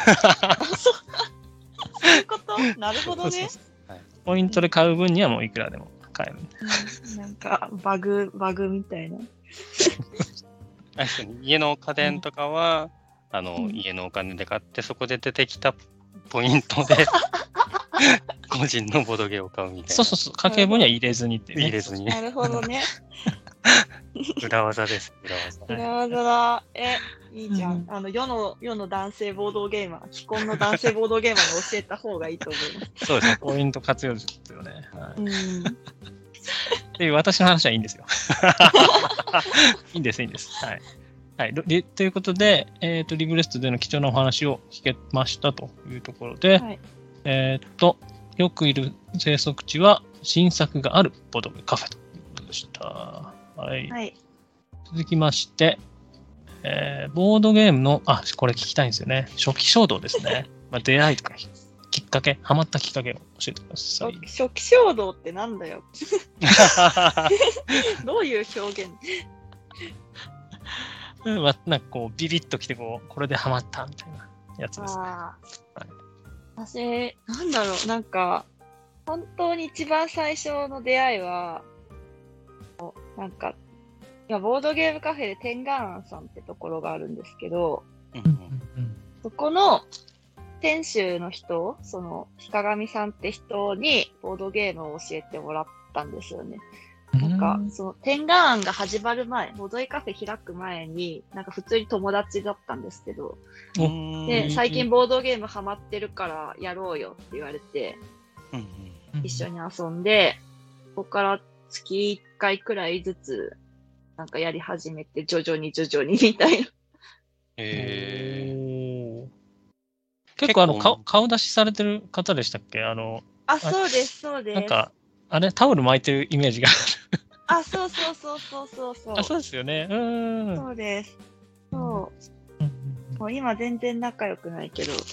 そういうことなるほどね。 そうそうそうポイントで買う分にはもういくらでも買える。 うんなんか、バグ、バグみたいな。 あれですよね家の家電とかは、あの、 うん家のお金で買って、そこで出てきたポイントで個人のボードゲームを買うみたいな。 そうそうそう、家計簿には入れずにってね。 入れずに。 なるほどね。 裏技です、裏技。 裏技だ。え、いいじゃん。 うんあの、世の、世の男性ボードゲーマー、既婚の男性ボードゲーマーに教えた方がいいと思います。 そうですね。 ポイント活用術よね。はい、 うん。 っていう私の話はいいんですよ。いいんです、いいんです。はい。はい、でということで、えーと、リブレストでの貴重なお話を聞けましたというところで、 はい。 えっと、よくいる生息地は新作があるボドゲカフェということでした。はい。 はい。 続きまして、えーボードゲームの、あ、これ聞きたいんですよね。初期衝動ですね。まあ、出会いとか、きっかけ、ハマったきっかけを教えてください。 初期衝動ってなんだよ。どういう表現？ うん、まあなんかこう、ビビッときて、こう、これでハマったみたいなやつですね。 ああ、 はい私、なんだろう、なんか、本当に一番最初の出会いは、なんか、いや、ボードゲームカフェでテンガーンさんってところがあるんですけど、 うんうんうんそこの店主の人、その、鹿上さんって人にボードゲームを教えてもらったんですよね。 うんなんかう、んその、テンガーンが始まる前、ボードゲームカフェ開く前に、なんか普通に友達だったんですけど、 うんで、最近ボードゲームハマってるからやろうよって言われて、 うんうん一緒に遊んで、ここから月いっかいくらいずつ、なんかやり始めて、徐々に徐々にみたいな。 えおー結構あの結構顔、顔出しされてる方でしたっけ？あの、 あ、そうです、そうです。 なんか、あれ、タオル巻いてるイメージがあ、そうそうそうそうそうそう。 ある。あ、そうですよね。うーん。 そうです。そうんう。もう今全然仲良くないけど。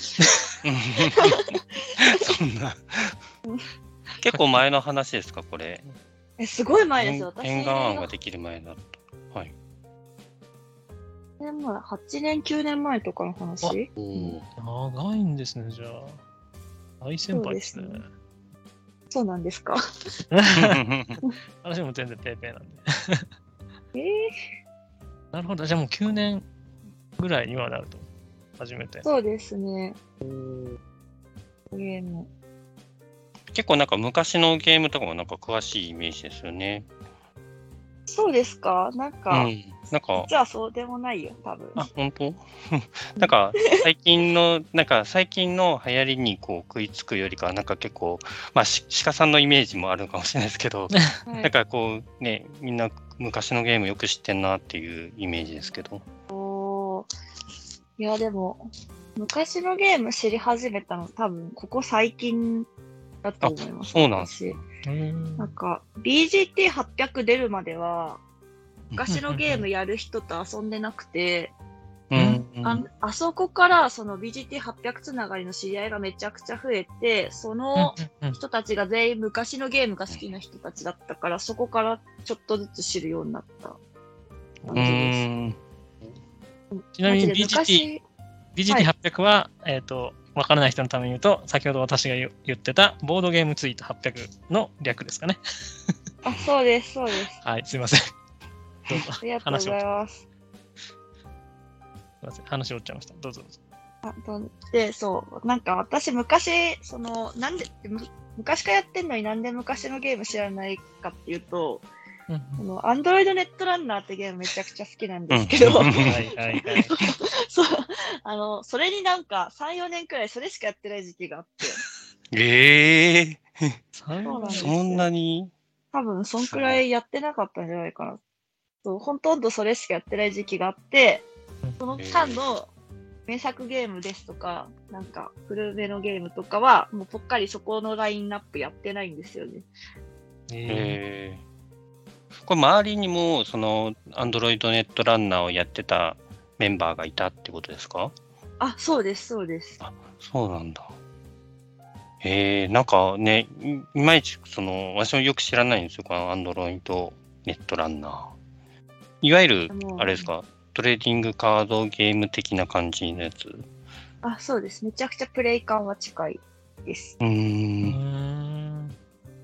そんな。結構前の話ですか、これ。 え、すごい前ですよ。私沿岸案がができる前だと。はい。 はちねん、きゅうねんまえとかの話。 おー長いんですね、じゃあ。大先輩ですね。 そうですそうなんですか。 私も全然ペーペーなんで。 えー、 なるほど。じゃあもうきゅうねんぐらいにはなると。初めて。 そうですね。ゲーム。 結構なんか昔のゲームとかもなんか詳しいイメージですよね。 そうですか。なんうか、 ん。なんか、 実はそうでもないよ、多分。 あ、本当なんか、最近の、なんか最近の流行りにこう食いつくよりかは、なんか結構、まあ、し鹿さんのイメージもあるかもしれないですけど、 はいなんかこうね、みんな昔のゲームよく知ってんなっていうイメージですけど。 おーいや、でも、昔のゲーム知り始めたの多分、ここ最近だと思います。 そうなんです私うんなんか、ビージーティーはっぴゃく 出るまでは、昔のゲームやる人と遊んでなくて、 うん。 ああそこからその ビージーティーはっぴゃく つながりの知り合いがめちゃくちゃ増えて、その人たちが全員昔のゲームが好きな人たちだったから、そこからちょっとずつ知るようになった感うじです。 ん。 ちなみにマジでビージーティー、 昔ビージーティーはっぴゃく は、えっと、わからない人のために言うと、先ほど私が言言ってたボードゲームツイートはっぴゃくの略ですかね。 あ、そうです、そうです。 はい、すいません。どうぞ。 ありがとうございます。 すいません。話折っちゃいました。どうぞどうぞ。 あとで、そう、なんか私昔、その、なんで、む昔からやってんのになんで昔のゲーム知らないかっていうと、 うんこの、アンドロイドネットランナーってゲームめちゃくちゃ好きなんですけど、 うんはいはいはい。 そう、あの、それになんかさん、よねんくらいそれしかやってない時期があって、 ええそうそうなんですそんなに多分そんくらいやってなかったんじゃないかな。そう、ほとんどそれしかやってない時期があって、その間の名作ゲームですとか、なんか古めのゲームとかは、もうぽっかりそこのラインナップやってないんですよね。 ええーこれ周りにもそのアンドロイドネットランナーをやってたメンバーがいたってことですか？ あ、そうです、そうです。 そうなんだ。えー、なんかね、いいまいちその私もよく知らないんですよ、このアンドロイドネットランナー。いわゆるもうあれですか、トレーディングカードゲーム的な感じのやつ。うあ、そうです。めちゃくちゃプレイ感は近いです。 ー。 ー。うんーん。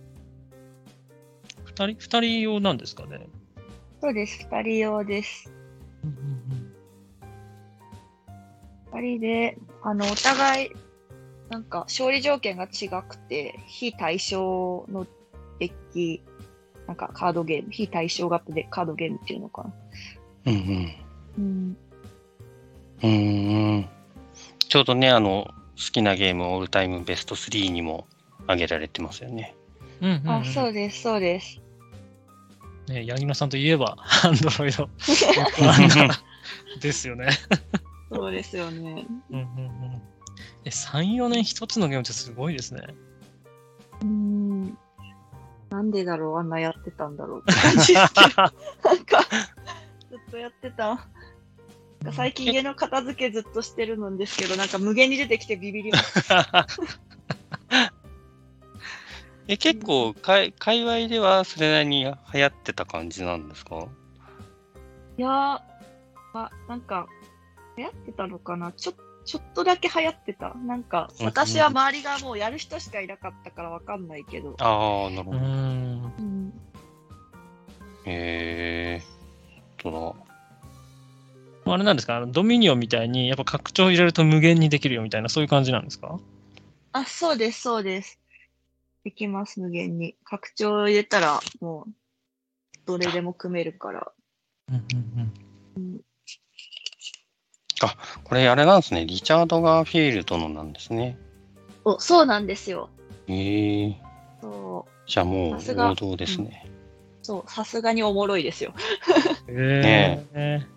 二人、二人用なんですかね。 そうです。二人用です。 うんうん二人で、あの、お互い、 なんか勝利条件が違くて、非対称のデッキ、なんかカードゲーム、非対称型でカードゲームっていうのかな。 うんうん。 うん。 うーん。ちょうどね、あの、好きなゲームオールタイムベストスリーにも挙げられてますよね。 うんうんうん、 あ、そうです、そうです。 ね、八木野さんといえば、アンドロイドですよね。 そうですよね。 うんうんうん、え、さん、よねん一つのゲームってすごいですね。 うーん。なんでだろう、あんなやってたんだろうって感じですけど。なんか、ずっとやってた。最近家の片付けずっとしてるんですけど、なんか無限に出てきてビビります。 え、結構かい、界隈ではそれなりに流行ってた感じなんですか？ いやー、ま、なんか、流行ってたのかなちょ、ちょっとだけ流行ってた。なんか、私は周りがもうやる人しかいなかったからわかんないけど。 ああ、なるほど。 うん。 うん、 へえー、とだ。 あれなんですか、あのドミニオンみたいに、やっぱ拡張入れると無限にできるよみたいな、そういう感じなんですか？ あ、そうです、そうです。できます、無限に。拡張を入れたら、もう、どれでも組めるから。 うんうんうん、 あ、これあれなんですね。リチャード・ガーフィールドのなんですね。 お、そうなんですよ。 へえー。 そう。 じゃあもうさすが王道ですね。 うん、そう、さすがにおもろいですよ。 へえ。 へ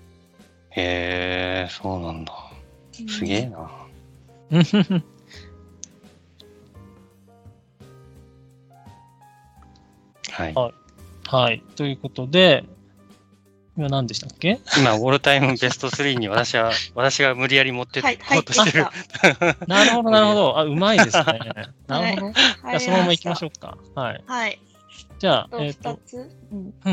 え、そうなんだ。すげえな。はい。 はい。ということで、今何でしたっけ？ 今、オールタイムベストスリーに私は、私が無理やり持っていこうとしてる。 なるほど、なるほど。あ、うまいですね。なるほど。じゃあ、そのまま行きましょうか。はい。 はい。 じゃあ、 えっと、ふたつうん。 うん、うん、うん。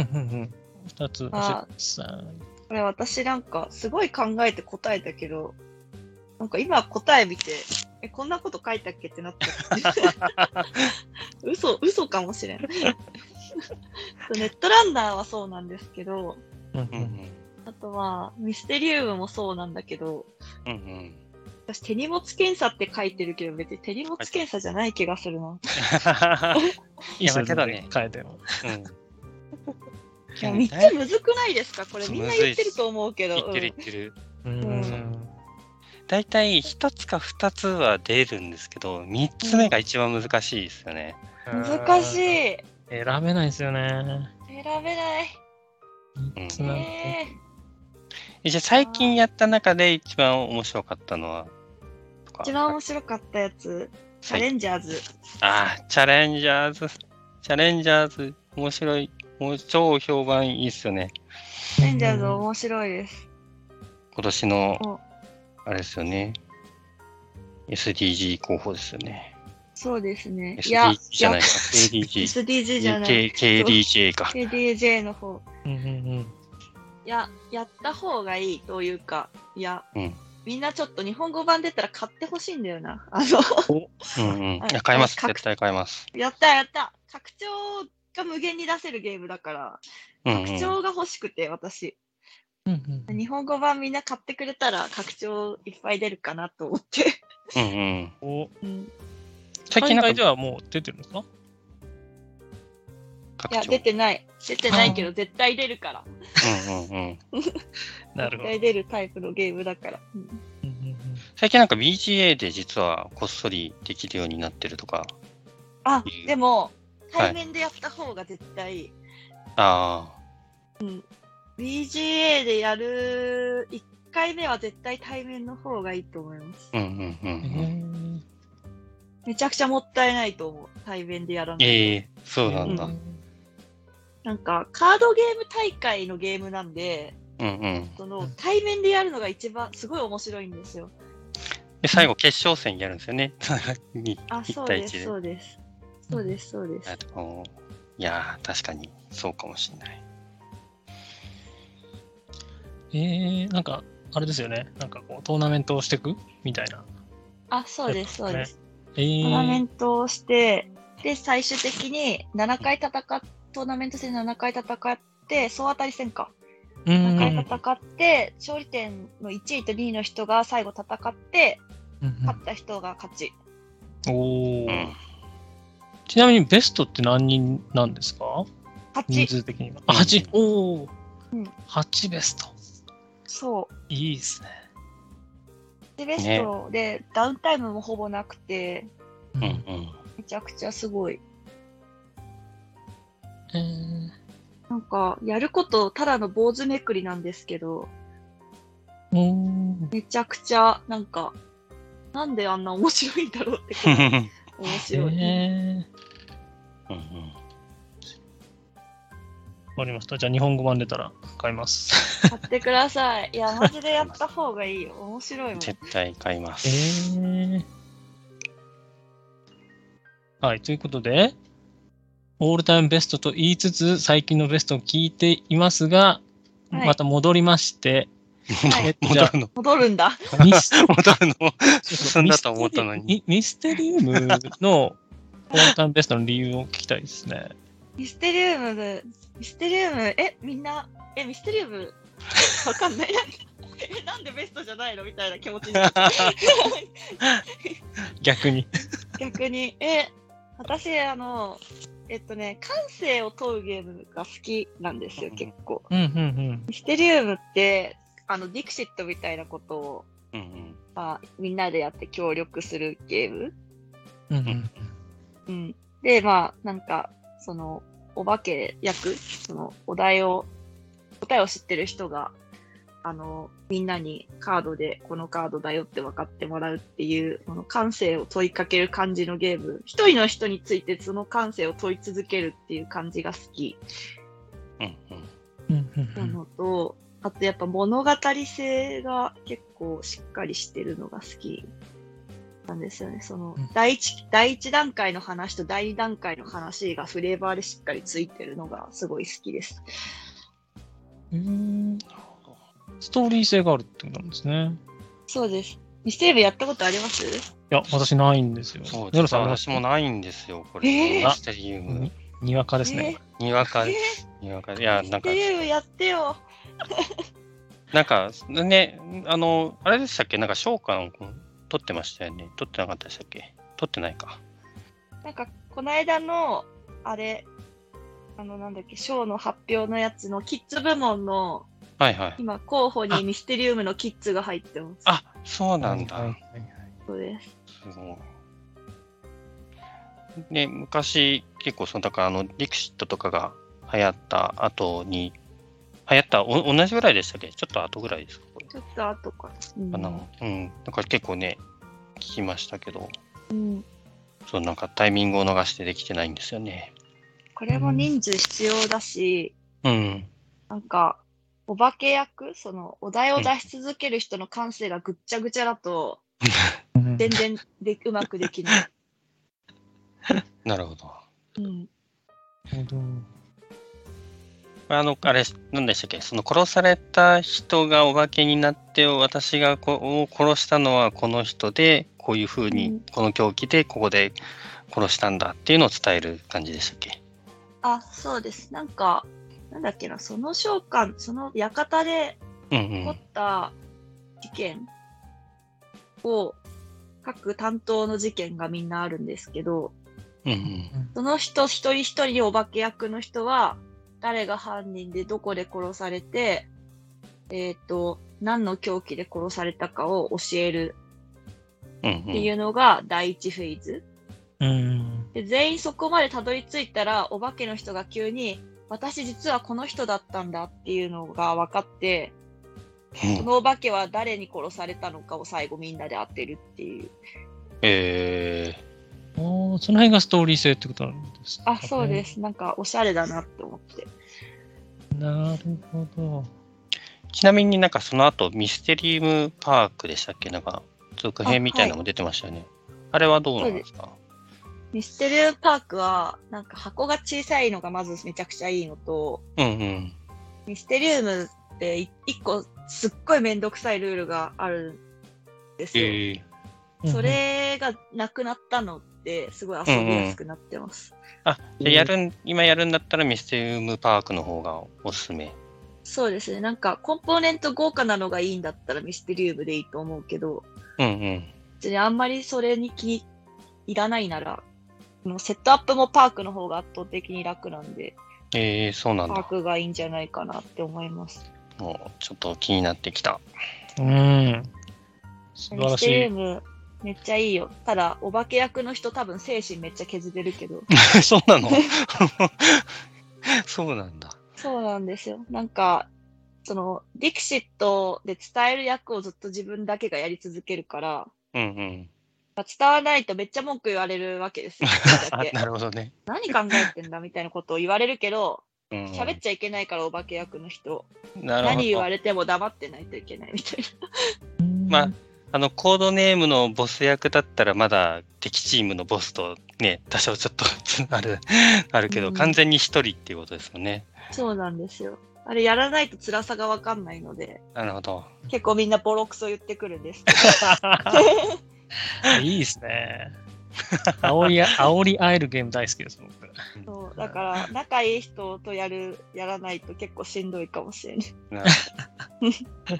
ふたつ教えてください。 これ私なんか、すごい考えて答えたけど、なんか今答え見て、え、こんなこと書いたっけってなった。嘘、嘘かもしれん。ネットランナーはそうなんですけど、 うんうん、 あとはミステリウムもそうなんだけど、 うんうん、 私手荷物検査って書いてるけど、別に手荷物検査じゃない気がするな。 いいですけどね、書いても。 うん、いや、みっつむずくないですか？これみんな言ってると思うけど。 言ってる言ってる。 うん。 だいたいひとつかふたつは出るんですけど、みっつめが一番難しいですよね。 うん、難しい。 選べないですよね。 選べない。 うん、 えー、じゃあ最近やった中で一番面白かったのは一番面白かったやつ、チャレンジャーズ。 ああ、チャレンジャーズ。チャレンジャーズ、面白い。もう超評判いいっすよね。 チャレンジャーズ面白いです。 今年の、あれですよね。エスディージー 候補ですよね。 そうですね。 エスディージー じゃないか。ケーディージー。 エスディージー じゃない。 ケーディージェー か。 ケーディージェー の方。 うんうんうん。 いや、やった方がいいというか、いや、うん、みんなちょっと日本語版出たら買ってほしいんだよな。あのうんうん。いや、買います。絶対買います。 やったやった。拡張が無限に出せるゲームだから、拡張が欲しくて、私。うんうん、日本語版みんな買ってくれたら拡張いっぱい出るかなと思って。 うんうん。 おうん、海外ではもう出てるんですか？ いや、出てない。出てないけど、絶対出るから。 うんうんうん。 なるほど。 絶対出るタイプのゲームだから。うんうんうんうん、最近なんか ビージーエー で実はこっそりできるようになってるとか。 あ、でも、対面でやった方が絶対いい。はい、 ああ。 うん。ビージーエー でやるいっかいめは絶対対面の方がいいと思います。 うんうんうん、うん。 めちゃくちゃもったいないと思う。対面でやらない。 ええー、そうなんだ。うん、 なんか、カードゲーム大会のゲームなんで、 うんうん、 その対面でやるのが一番すごい面白いんですよ。 で、最後決勝戦やるんですよね。 あ、そうです、そうです。そうです、そうです。 いやー、確かにそうかもしれない。 えー、なんか、あれですよね。なんかこう、トーナメントをしていくみたいな。 あ、そうです、そうです。 えー、 トーナメントをして、で、最終的にななかい戦っ、トーナメント戦ななかい戦って、総当たり戦か。ななかい戦って、勝利点のいちいとにいの人が最後戦って、 勝った人が勝ち。 おお、 うん。 ちなみにベストって何人なんですか？人はち。 数的には。あ、はち。おお、 うんはちベスト。 そいいですね。 う。でベストで、ダウンタイムもほぼなくて、 うんうん。 めちゃくちゃすごい。 えー、 なんか、やることただの坊主めくりなんですけど、 おーめちゃくちゃ、なんか、なんであんな面白いんだろうってくらい面白い。 えー、 うんうんわかりました。じゃあ日本語版出たら買います。 買ってください。いや、マジでやった方がいいよ。面白いもん。 絶対買いまえす。 ー、はい、ということで、オールタイムベストと言いつつ、最近のベストを聞いていますが、 はいまた戻りまして、 はいえっとじゃあ戻るの戻るんだ。 ミス戻るのそうそう進んだと思ったのに。 ミミステリウムのオールタイムベストの理由を聞きたいですね。 ミステリウムで、ミステリウム、え、みんな、え、ミステリウム、わかんない。え、なんでベストじゃないのみたいな気持ちになっちゃう逆に。 逆に、え、私、あの、えっとね、感性を問うゲームが好きなんですよ、結構。 うんうんミステリウムって、あの、ディクシットみたいなことを、 うんうんまあ、みんなでやって協力するゲーム。 うん。うんうんうん。で、まあ、なんか、その、お化け役、その、お題を、答えを知ってる人が、あの、みんなにカードで、このカードだよって分かってもらうっていう、この感性を問いかける感じのゲーム。一人の人についてその感性を問い続けるっていう感じが好きうんうんうんうなんのと、あとやっぱ物語性が結構しっかりしてるのが好きなんですよね。そのうん、 第一、第一段階の話と第二段階の話がフレーバーでしっかりついてるのがすごい好きです。 うーん。ストーリー性があるってことなんですね。 そうです。ミステリー部やったことあります？ いや、私ないんですよ。 そう、 ネロさんあります実は私もないんですよ、これ。 えミステリウムに。にわかですね。 にわかえー、 にわかいや、 ミスなんか、 テリー部やってよ。 なんか、ね、あの、あれでしたっけなんか、召喚取ってましたよね。取ってなかったでしたっけ取ってないか。 なんか、この間の、あれ、あの、なんだっけ、賞の発表のやつのキッズ部門の、 はいはい。 今、候補あにミステリウムのキッズが入ってます。 あ、そうなんだ。 はいはいはいそうです。 すごい。ね、昔、結構、その、だから、あの、ディクシットとかが流行った後に、流行った、お同じぐらいでしたっけちょっと後ぐらいですかこれちょっと後か。うんかな。うん。だから結構ね、聞きましたけど、 うん、 そう、なんかタイミングを逃してできてないんですよね。 これも人数必要だし、 うん。 なんか、お化け役、その、お題を出し続ける人の感性がぐっちゃぐちゃだと、 うん全然でうまくできない。 なるほど。 うん。 なるほど。 あの、あれ、何でしたっけその殺された人がお化けになって、私がこう殺したのはこの人で、こういうふうに、 うんこの凶器でここで殺したんだっていうのを伝える感じでしたっけあ、そうです。なんか、なんだっけな、その召喚、その館でうん起こった事件を、各担当の事件がみんなあるんですけど、 うん。うんうん。 その人一人一人お化け役の人は、誰が犯人でどこで殺されて、えっと、何の凶器で殺されたかを教えるうんうん。 っていうのが第一フェーズ。 うん。 で、全員そこまでたどり着いたら、お化けの人が急に、私実はこの人だったんだっていうのが分かって、 うんこのお化けは誰に殺されたのかを最後みんなで当てるっていう。 えあーその辺がストーリー性ってことなんですかね。 あ、そうです。なんかおしゃれだなって思って。 なるほど。 ー、ちなみになんかその後、ミステリウムパークでしたっけなんか、続編みたいなのも出てましたよね。あれはどうなんですかミステリウムパークは、なんか箱が小さいのがまずめちゃくちゃいいのと、 うんうん。 ミステリウムってい一個すっごいめんどくさいルールがあるんですよ。 えー、 それがなくなったのってすごい遊びやすくなってます。 あ、じゃあやるん、今やるんだったらミステリウムパークの方がおすすめ。 そうですね。なんかコンポーネント豪華なのがいいんだったらミステリウムでいいと思うけど、 うんうん。 別にあんまりそれに気にいらないなら、もうセットアップもパークの方が圧倒的に楽なんで、 えー、そうなんだ。 パークがいいんじゃないかなって思います。 もうちょっと気になってきた。 うん。素晴らしミステリーい。 ムめっちゃいいよ。ただ、お化け役の人多分精神めっちゃ削れるけど。 そうなのそうなんだ。 そうなんですよ。なんか、その、ディクシットで伝える役をずっと自分だけがやり続けるから、 うんうん。 伝わらないとめっちゃ文句言われるわけですよ。だけなるほどね。 何考えてんだみたいなことを言われるけど、 うんうん、 喋っちゃいけないからお化け役の人。 なるほど。 何言われても黙ってないといけないみたいな。 まあ、あの、コードネームのボス役だったらまだ敵チームのボスとね、多少ちょっとある、あるけど、 うん完全に一人っていうことですよね。 そうなんですよ。あれやらないと辛さがわかんないので、 なるほど。 結構みんなボロクソ言ってくるんですけど。 いいですね。煽りあ、煽り合えるゲーム大好きです、僕。 そうだから仲いい人とやるやらないと結構しんどいかもしれない。 なるほど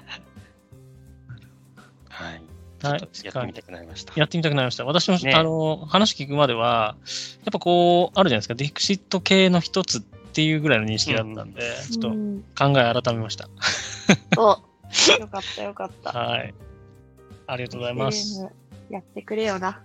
はい。ちょっとやってみたくなりました。 やってみたくなりました。私も、 ね、 あの話聞くまでは、やっぱこう、あるじゃないですか、ディクシット系の一つっていうぐらいの認識だったんで、うん、ちょっと考え改めました。 お、よかったよかった。 はい。ありがとうございます。 やってくれよな。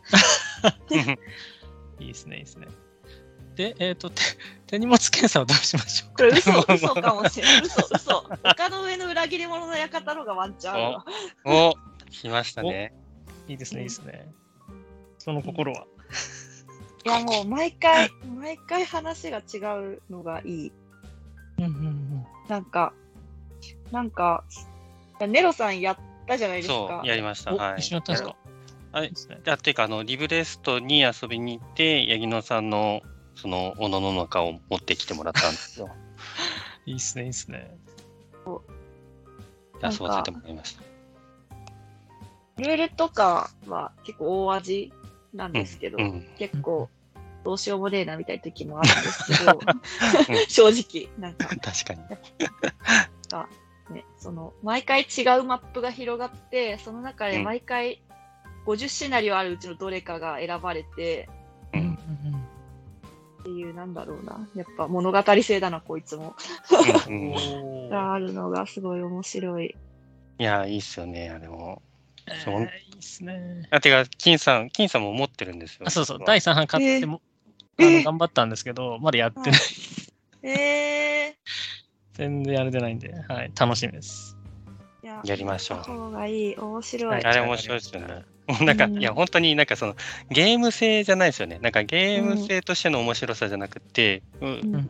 いいですね、いいですね。で、えっ、ー、と、手荷物検査をどうしましょうか。これ嘘、嘘かもしれない。嘘、嘘。丘の上の裏切り者の館のがワンチャンあるわ。 お、来ましたね。 いいですね、いいですね。その心は。 いや、もう毎回、毎回話が違うのがいい。 うんうんうん、 なんか、なんか、ネロさんやったじゃないですか。 そう、やりました。はい。 一緒にやったんですか。 はい。あ、っていうか、あの、リブレストに遊びに行って、八木野さんの、その、おののの中を持ってきてもらったんですよ。 いいっすね、いいっすね。 遊ばせてもらいました。 ルールとかは結構大味なんですけど、 うんうん、 結構どうしようもねえなみたいな時もあるんですけど、正直、なんか。 確かに。 がね、その、毎回違うマップが広がって、その中で毎回ごじゅうシナリオあるうちのどれかが選ばれて、 うん、 っていう、なんだろうな。やっぱ物語性だな、こいつも。があるのがすごい面白い。 いや、いいっすよね、あれも。 えー、いいっすね。 あ、てか、金さん、金さんも持ってるんですよ。 あ、そうそう、だいさん版買っても、えー、あの頑張ったんですけど、まだやってない。 えー、 全然やれてないんで、はい、楽しみです。 や, やりましょう。 方がいい、面白い。 はい、あれ面白いですよね。なんか、うん、いや、本当になんかその、ゲーム性じゃないですよね。なんかゲーム性としての面白さじゃなくて、うん、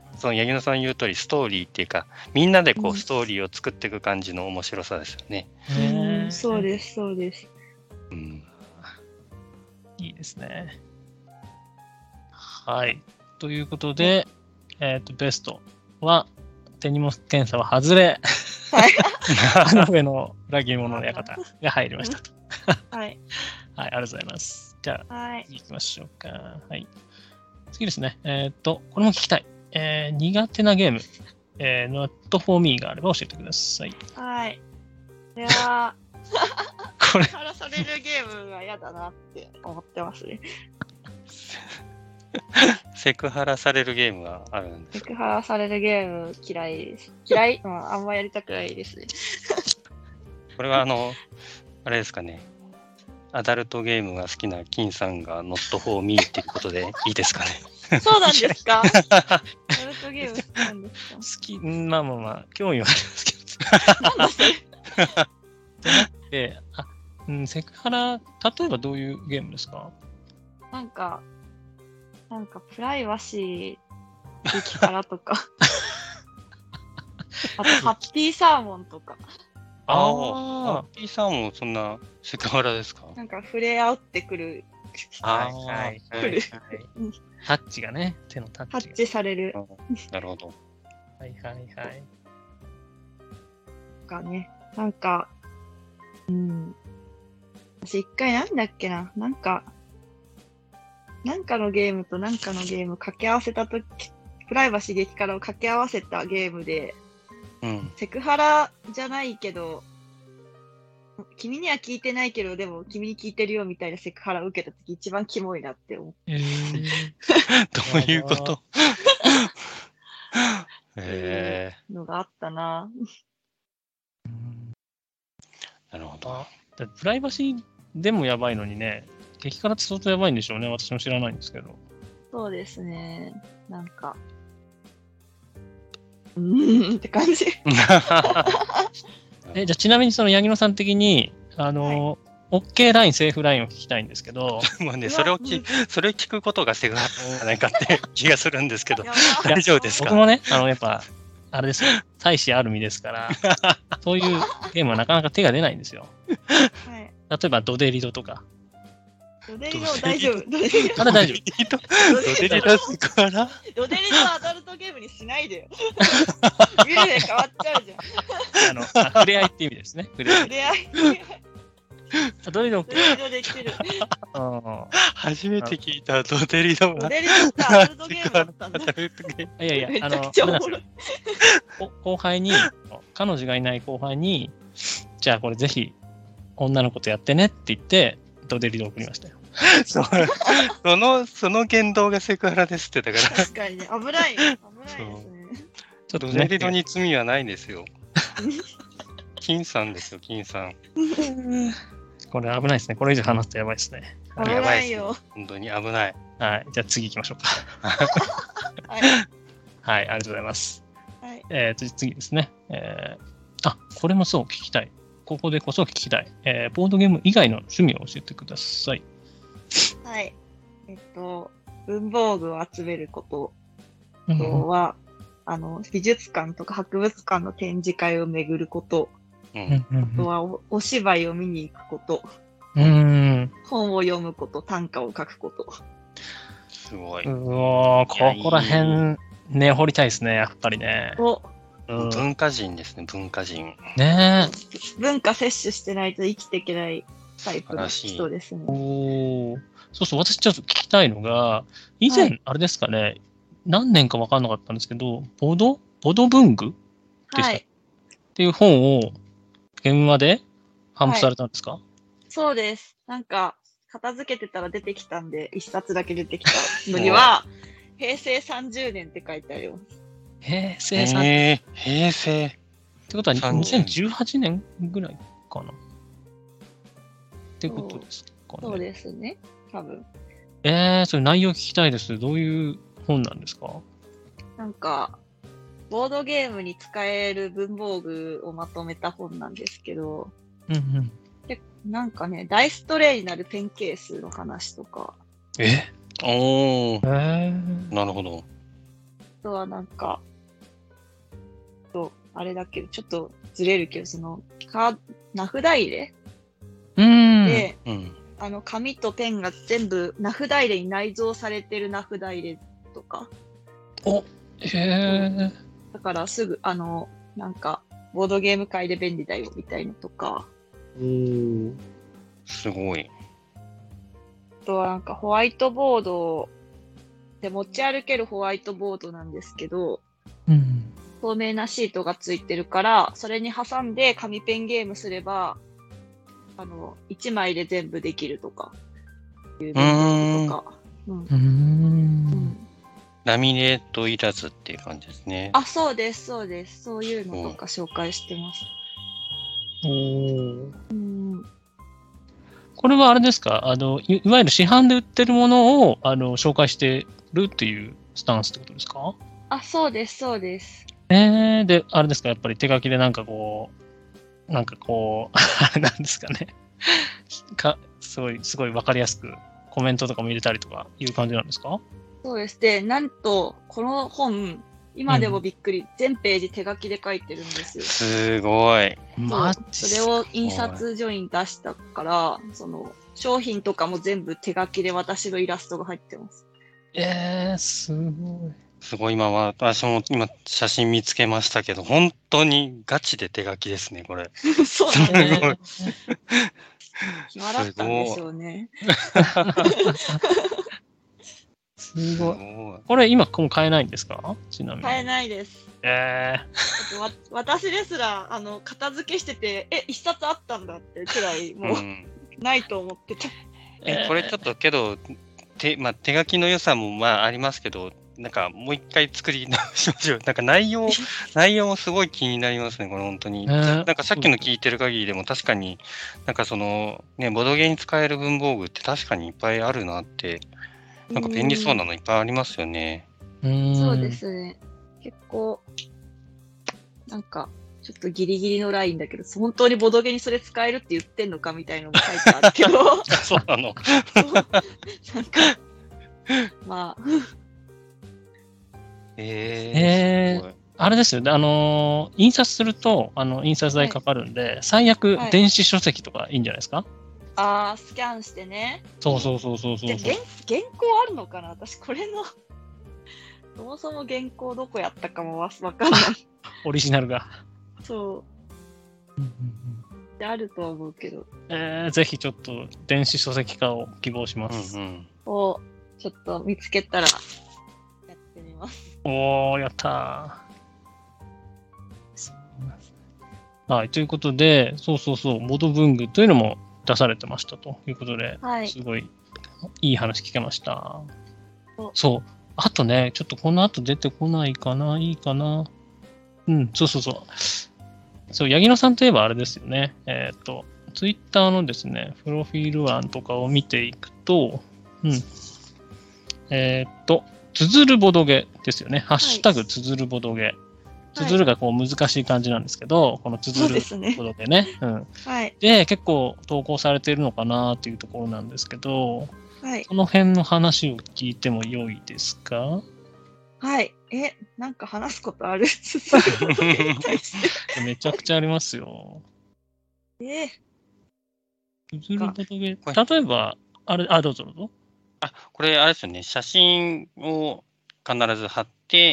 その八木野さん言う通り、ストーリーっていうか、みんなでこう、ストーリーを作っていく感じの面白さですよね。 うん、そうです、そうです。 うん。 いいですね。はい。ということで、えっと、ベストは、手荷物検査は外れ、あの上の裏切り者の館が入りましたと。 はい。はい、 ありがとうございます。じゃあ、 はい、 次行きましょうか。はい。次ですね。えっ、ー、と、これも聞きたい。えー、苦手なゲーム、えー、Not for Me があれば教えてください。 はい。では、 これ。 話されるゲームが嫌だなって思ってますね。 セクハラされるゲームがあるんですか？ セクハラされるゲーム嫌いです。嫌い、うん、あんまやりたくないですね。 これはあの、あれですかね。アダルトゲームが好きな金さんが Not for Me っていうことでいいですかね。 そうなんですか？アダルトゲーム好きなんですか？ 好き、まあまあまあ、興味はありますけど。なんだそれ。じゃなくて、あ、うん、セクハラ、例えばどういうゲームですか？ なんか、なんかプライバシー激辛とか。あと、ハッピーサーモンとか。 ああ、ハッピーサーモン、そんなセクハラですか？ なんか触れ合ってくる。 はいはいはい、はい。タッチがね、手のタッチが。 タッチされる。 なるほど。 はいはいはい。 かね、なんか、うん。私一回なんだっけな、なんか、なんかのゲームとなんかのゲーム掛け合わせたとき、プライバシー激辛を掛け合わせたゲームで、 うん、 セクハラじゃないけど、 君には聞いてないけど、でも君に聞いてるよみたいなセクハラを受けたとき一番キモいなって思う。 えー、 どういうことへえのがあったな。 ー、なるほど。 あだプライバシーでもやばいのにね、激辛って相当やばいんでしょうね。私も知らないんですけど。 そうですね。なんか、うーんって感じ。 えじゃあちなみにその八木野さん的に、あの、OK ライン、セーフラインを聞きたいんですけど、 もうね、 うわそれをき、それを聞くことがセクハラじゃないかって気がするんですけど、 やば大丈夫ですか？ 僕もね、あの、やっぱ、あれですよ、大使ある身ですから、そういうゲームはなかなか手が出ないんですよ。 はい。 例えば、ドデリドとか。 ドデリド大丈夫。ドデリドあれ大丈夫。 ドデリドセクハラドデリドアダルトゲームにしないでよ。見るで変わっちゃうじゃん。 あの、あ触れ合いって意味ですね。触れ合い。 出会い。 あドデリドドデリドできてる。 あ初めて聞いたドデリドが。 ドデリドってアダルトゲームだったんだ。 アダルトゲームーいやいや、 めちゃあの、 くちゃおもろあれなんですよい。 こ後輩に、彼女がいない後輩に、じゃあこれぜひ女の子とやってねって言って、ドデリドを送りましたよ。 そうその、その言動がセクハラですってだから、 確かにね、危ない。危ないですね。 ちょっとねドデリドに罪はないんですよ。金さんですよ、金さん。 これ危ないですね。これ以上話すとやばいですね。 危やばないいよ。 です。本当に危ない。 はい。じゃあ次行きましょうか。 はい。 はい。ありがとうございます。 はい。 えー、と次ですね。えー、あ、これもそう聞きたい。ここでこそ聞きたい。えー、ボードゲーム以外の趣味を教えてください。 はい。えっと、文房具を集めることうんとは、あの、美術館とか博物館の展示会を巡ること、 う。 うんんあとはおお芝居を見に行くこと、 うんうん。 本を読むこと、短歌を書くこと。 すごい。 うわー、 いやここら辺、ね、掘りたいですね、やっぱりね。 をうん、 文化人ですね、文化人。 ね文化摂取してないと生きていけないタイプの人ですねえ。。おーそうそう、私ちょっと聞きたいのが、以前、 はいあれですかね、何年か分かんなかったんですけど、ボドボド文具でしたはい。 っていう本を現場で頒布されたんですか？ そうです。なんか、片付けてたら出てきたんで、一冊だけ出てきたのには、平成さんじゅうねんって書いてあります。 平成さん、っえー、平成。 てことはさんじゅうにせんじゅうはちねんぐらいかなってことですかね。 そうですね。多分。 えー、それ内容聞きたいです。どういう本なんですか？ なんか、ボードゲームに使える文房具をまとめた本なんですけど、 うんうん。 でなんかね、ダイストレイになるペンケースの話とか、 えおー、 えー、 なるほど。 あとはなんか、とあれだけど、ちょっとずれるけど、その、カー名札入れうーん。 で、 うん。 あの、紙とペンが全部名札入れに内蔵されてる名札入れとか、 おへえ。 だからすぐ、あの、なんか、ボードゲーム界で便利だよみたいのとか、 おーすごい。 あとはなんかホワイトボードで持ち歩けるホワイトボードなんですけど、 うん。 透明なシートがついてるから、それに挟んで紙ペンゲームすれば、あの、いちまいで全部できるとか、いう文房具とか。うんうーん。 ラミネートいらずっていう感じですね。 あ、そうです、そうです。そういうのとか紹介してます。 おーうん。 これはあれですかあのい、いわゆる市販で売ってるものをあの紹介してるっていうスタンスってことですか？ あ、そうです、そうです。 えー、で、あれですかやっぱり手書きでなんかこう、なんかこう、あれなんですかね。かすごい、すごいわかりやすくコメントとかも入れたりとかいう感じなんですか？ そうです。で、なんと、この本、今でもびっくり、全ページ手書きで書いてるんですよ。 すごい。 マそうジそれを印刷所に出したから、その、商品とかも全部手書きで私のイラストが入ってます。 えー、すごい。 すごい、今は、私も今写真見つけましたけど、本当にガチで手書きですね、これ。 そうなんだ。 えー暇だったんでしょうね。 すごい。これ今もう買えないんですか？ちなみに。 買えないです。 えー、わ私ですらあの片付けしてて、え、一冊あったんだってくらいもう、うん、ないと思ってた。 えこれちょっとけど手、まあ、手書きの良さもまあありますけど、なんかもう一回作り直しましょう。なんか内容内容もすごい気になりますね、これ本当に。えー、なんかさっきの聞いてる限りでも確かになんかそのねボドゲに使える文房具って確かにいっぱいあるなって。なんか便利そうなのいっぱいありますよね。 うん、そうですね。結構、なんか、ちょっとギリギリのラインだけど、本当にボドゲにそれ使えるって言ってんのかみたいなのも書いてあるけど。 そうなの。 なんか、まあ。 えー、えー、あれですよね。あのー、印刷すると、あの、印刷代かかるんで、はい、最悪、電子書籍とかいいんじゃないですか？はい、 ああ、スキャンしてね。 そうそうそうそうそうそう。 原原稿あるのかな？私これのそもそも原稿どこやったかもわかんない。 オリジナルが。 そう。であるとは思うけど。 えー、ぜひちょっと電子書籍化を希望します。 うんうん、をちょっと見つけたらやってみます。 おー、やったー。はい、ということで、そうそうそう、ボド文具というのも出されてましたということで、はい、すごいいい話聞けました。そう。あとね、ちょっとこの後出てこないかな、いいかな。うん、そうそうそう。そう、八木野さんといえばあれですよね。えっと、ツイッターのですね、プロフィール欄とかを見ていくと、うん。えっと、つづるボドゲですよね。ハッシュタグつづるボドゲ。つづるがこう難しい感じなんですけど、このつづるボドゲね。うん。 はい。 で、結構投稿されているのかなというところなんですけど、 はい、 その辺の話を聞いても良いですか？ はい。え、なんか話すことある？ めちゃくちゃありますよ。 えー、つづるボドゲ。例えば、あれ、あ、どうぞどうぞ。 あ、これ、あれですよね。写真を必ず貼って、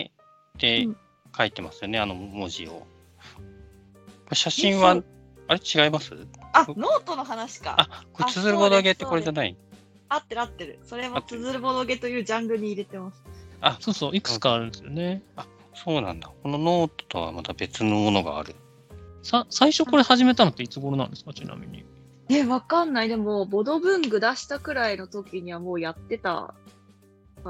で、うん、書いてますよね、あの文字を。写真は、あれ違います？ あ、ノートの話か。 あ、これつづるボドゲってこれじゃない？ 合ってる合ってる。それもつづるボドゲというジャンルに入れてます。 あ、そうそう、いくつかあるんですよね。 あ、そうなんだ。このノートとはまた別のものがある。 さ、最初これ始めたのっていつ頃なんですか、ちなみに。 え、わかんない。でも、ボド文具出したくらいの時にはもうやってたから、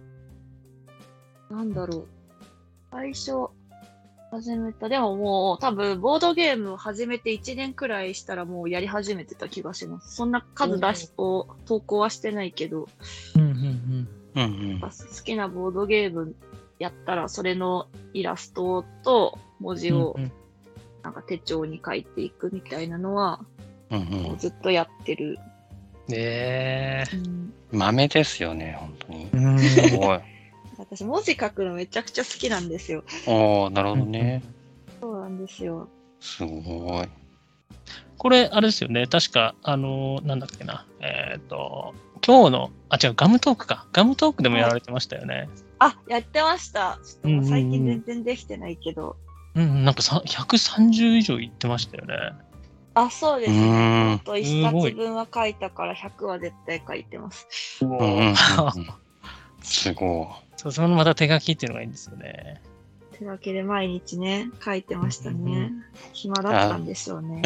なんだろう。最初、始めた。でももう、多分、ボードゲームを始めていちねんくらいしたらもうやり始めてた気がします。そんな数出しを投稿はしてないけど、 うんうんうんうんうん、 好きなボードゲームやったら、それのイラストと文字をなんか手帳に書いていくみたいなのは、 うんうん、 もうずっとやってる。 ねえ、 うん、 豆ですよね、本当に。うんすごい。 私、文字書くのめちゃくちゃ好きなんですよ。 ああ、なるほどね。 そうなんですよ。 すごい。 これ、あれですよね。確か、あのー、なんだっけな。えっと、今日の、あ、違う、ガムトークか。ガムトークでもやられてましたよね。はい、 あ、やってました。ちょっともう最近全然できてないけど。 うん、うん、なんかひゃくさんじゅう以上いってましたよね。 あ、そうですね。あといっさつぶんは書いたからひゃくは絶対書いてます。 うんうんうんうん、すごい。 そう、そのまた手書きっていうのがいいんですよね。 手書きで毎日ね、書いてましたね。うんうん、暇だったんでしょうね。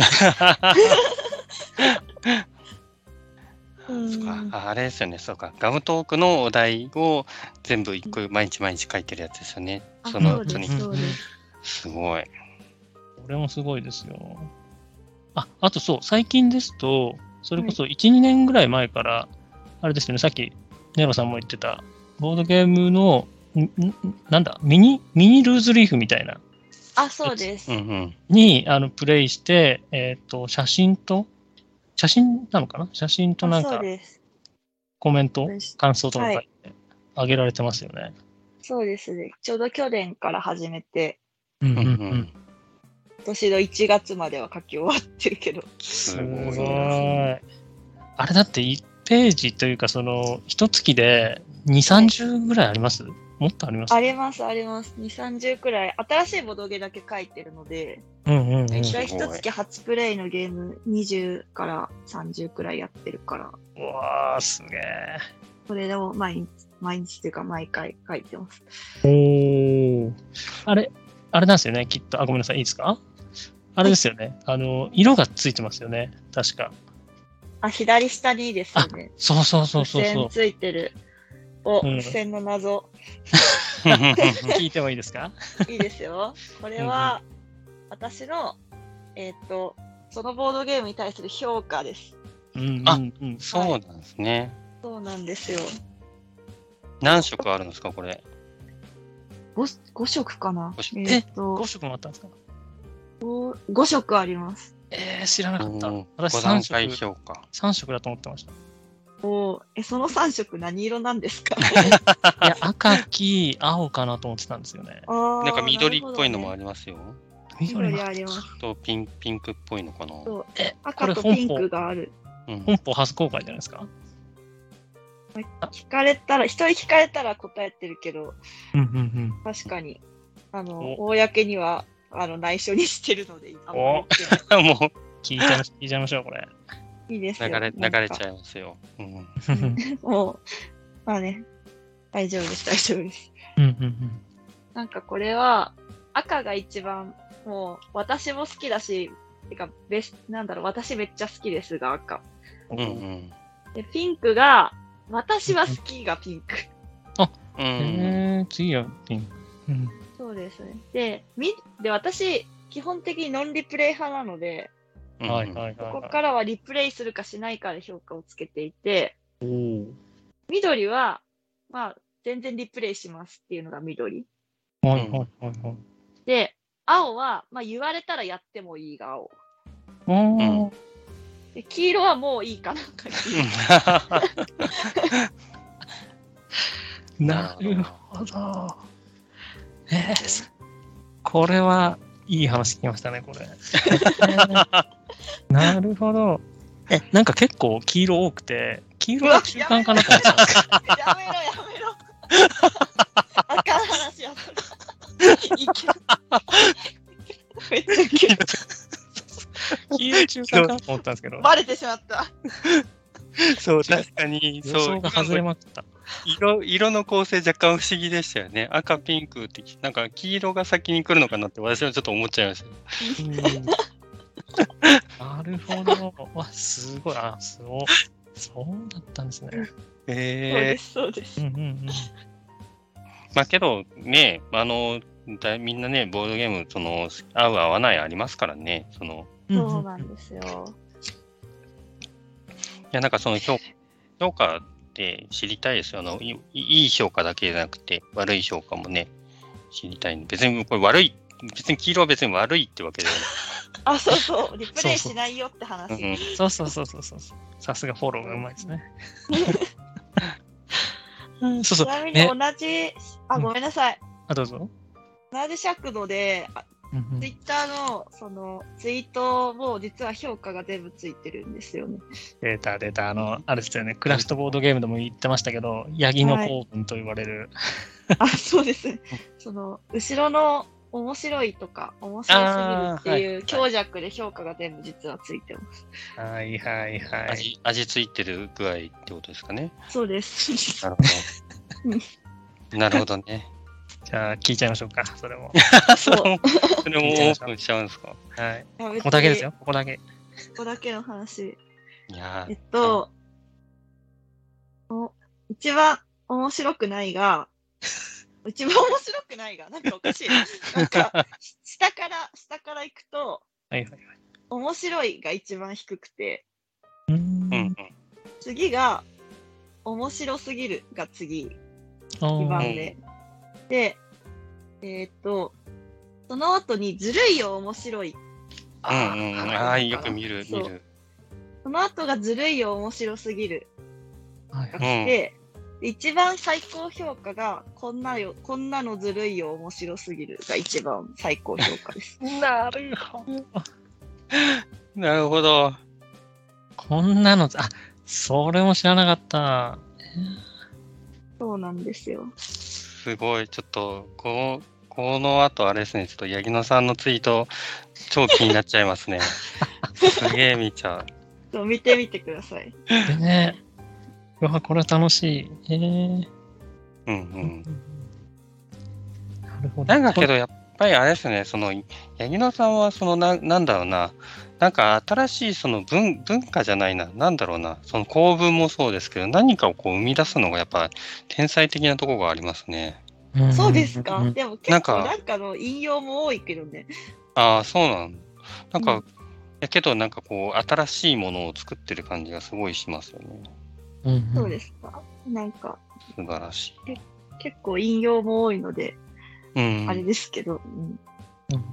うん、そうか、あれですよね、そうか。ガムトークのお題を全部一個毎日毎日書いてるやつですよね。 うん、その後に。そうです。 すごい。 これもすごいですよ。あ、あとそう、最近ですと、それこそいち、はい、にねんぐらい前から、あれですよね、さっきネロさんも言ってた、ボードゲームの、んなんだ、ミニ、ミニルーズリーフみたいな。 あ、そうです。 に、あの、プレイして、えっと、写真と、写真なのかな写真となんか、コメント、感想とか書いて、あげられてますよね、はい。 そうですね。ちょうど去年から始めて、 うんうんうん、 今年のいちがつまでは書き終わってるけど。 すごい。あれだっていちページというか、その、一月でに、さんじゅうぐらいあります？はい、もっとあります？ あります、あります。に、さんじゅうくらい。新しいボドゲだけ書いてるので、 うんうんうん。 大体一月初プレイのゲームにじゅうからさんじゅうくらいやってるから。 うわー、すげえ。 それを毎日、毎日というか毎回書いてます。 おー。あれ、あれなんですよね、きっと。あ、ごめんなさい、いいですか？あれですよね。はい、あの、色がついてますよね、確か。 あ、左下にですよね。 そうそうそうそうそう。 付箋ついてる。お、付箋の謎。 聞いてもいいですか？ いいですよ。これは、私の、えっと、そのボードゲームに対する評価です。 うんうんうん、 あ、そうなんですね。 そうなんですよ。 何色あるんですか、これ。 ご, ご色かな。 ご色えっと、 ご色もあったんですか？ 5, 5色あります。 えー、知らなかった。 私さん色。評価。 さん色だと思ってました。 おえ、そのさん色何色なんですか？ いや、赤、黄、青かなと思ってたんですよね。 あなんか緑っぽいのもありますよ。ね、 緑あります。 とピンピンクっぽいのかな。 そうえ赤とピンクがある。 本邦初公開じゃないですか？ 聞かれたら、人に聞かれたら答えてるけど、 うんうんうん、 確かに、あの、公にはあの内緒にしてるので、 あもうもう聞いちゃいまし、聞いちゃいましょう、これ。 いいですよ。 流れ、流れちゃいますよ。うん、 もう、まあね、大丈夫です、大丈夫です。 うんうんうん、 なんかこれは、赤が一番、もう、私も好きだし、てか、ベスなんだろう、私めっちゃ好きですが、赤。 うんうん、 で、ピンクが、私は好きがピンク。 あ、うん、えー、次はピンク。うん、 そうですね。で、み、で、私、基本的にノンリプレイ派なので、 はいはいはい、 ここからはリプレイするかしないかで評価をつけていて、 お緑は、まあ、全然リプレイしますっていうのが緑。 はいはいはいはい。 で、青は、まあ、言われたらやってもいいが青。 うん、 で黄色はもういいかな。 なるほど。えー、これはいい話聞きましたね、これ。なるほど。え、なんか結構黄色多くて、黄色が中間かなと思ってたんですか？ やめろ、やめろ。あかん話や。めっちゃ黄色。 黄色中間かなと思ったんですけど。 バレてしまった。 そう、確かに、 予想が外れまくった。 色、色の構成若干不思議でしたよね。赤、ピンクって、なんか黄色が先に来るのかなって私はちょっと思っちゃいました。うんなるほど。わ、すごい。あ、そう。そうだったんですね。 ええー、そうです、そうです。うんうんうん。 まあけど、ね、あの、だみんなね、ボードゲーム、その、合う合わないありますからね、その。 そうなんですよ。 いや、なんかその評評価って知りたいですよ。あのいい評価だけじゃなくて、悪い評価もね、知りたいんで。別にこれ悪い、別に黄色は別に悪いってわけではない。 あ、そうそう、リプレイしないよって話。 そうそうそうそうそう。さすがフォローがうまいですね。 そうそう。ちなみに同じ、ね、あ、ごめんなさい。 あ、どうぞ。 同じ尺度で、ツイッターのそのツイートも実は評価が全部ついてるんですよね。 出た出た。あの、あれですよね。クラフトボードゲームでも言ってましたけど、ヤギの構文と言われる。 はい、あ、そうです。その、後ろの面白いとか、面白すぎるっていう強弱で評価が全部実はついてます。 はいはいはい。 味、味ついてる具合ってことですかね。 そうです。 なるほど。なるほどね。 じゃあ聞いちゃいましょうか、それも。 そう。それもオープンしちゃうんですか？ はい。ここだけですよ、ここだけ。ここだけの話。 いやえっと、お一番面白くないが、一番面白くないが、なんかおかしい。なんか、下から、下から行くと、 はいはいはい。 面白いが一番低くて、 うん、 次が、面白すぎるが次、にばんめ。で、えっと、その後にずるいよ面白い。 あ、うんうん、ああ、よく見る、見る。 その後がずるいよ面白すぎるが来て、うん、一番最高評価がこんなよ、こんなのずるいよ面白すぎるが一番最高評価です。 なるほど。 なるほど。 こんなの、あ、それも知らなかった。 そうなんですよ。 すごい、ちょっと、こう、この後あれですね、ちょっと八木野さんのツイート、超気になっちゃいますね。すげえ見ちゃう。 そう見てみてください。 でね、 うわ、これは楽しい。へえ。 うんう。 うんんなるほど。 なんかけど、やっぱりあれですね、その、八木野さんは、そのな、なんだろうな、なんか新しいその文文化じゃないな、なんだろうな、その構文もそうですけど、何かをこう生み出すのがやっぱ天才的なところがありますね。 うんそうですか、 うんうんでもなんか結構なんかの引用も多いけどね。 ああ、そうなんなんか、 うんやけどなんかこう、新しいものを作ってる感じがすごいしますよね。 うんうんそうですか。なんか素晴らしい。 結構引用も多いので、 うん。 あれですけど、うんうんうん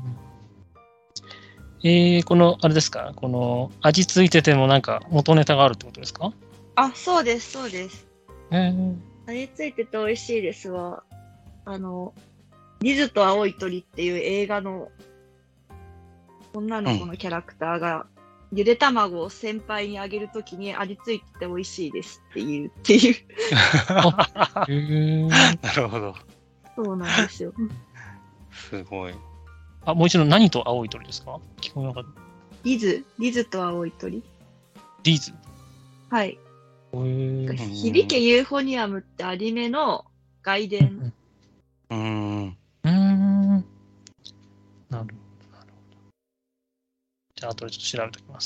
えー、この、あれですか、この味付いててもなんか元ネタがあるってことですか？ あ、そうです、そうです。 えー、 味ついてて美味しいですわ。あの、リズと青い鳥っていう映画の女の子のキャラクターが、ゆで卵を先輩にあげるときに味ついてて美味しいですっていうっていう。 えー、 なるほど。 そうなんですよ。 すごい。 あ、もう一度何と青い鳥ですか？聞こえなかった。 リズ、リズと青い鳥。 リーズ。 はい。 えー、 響けユーフォニアムってアニメの外伝。 うーん。 うーん。なるほど、なるほど。じゃあ、後でちょっと調べておきます。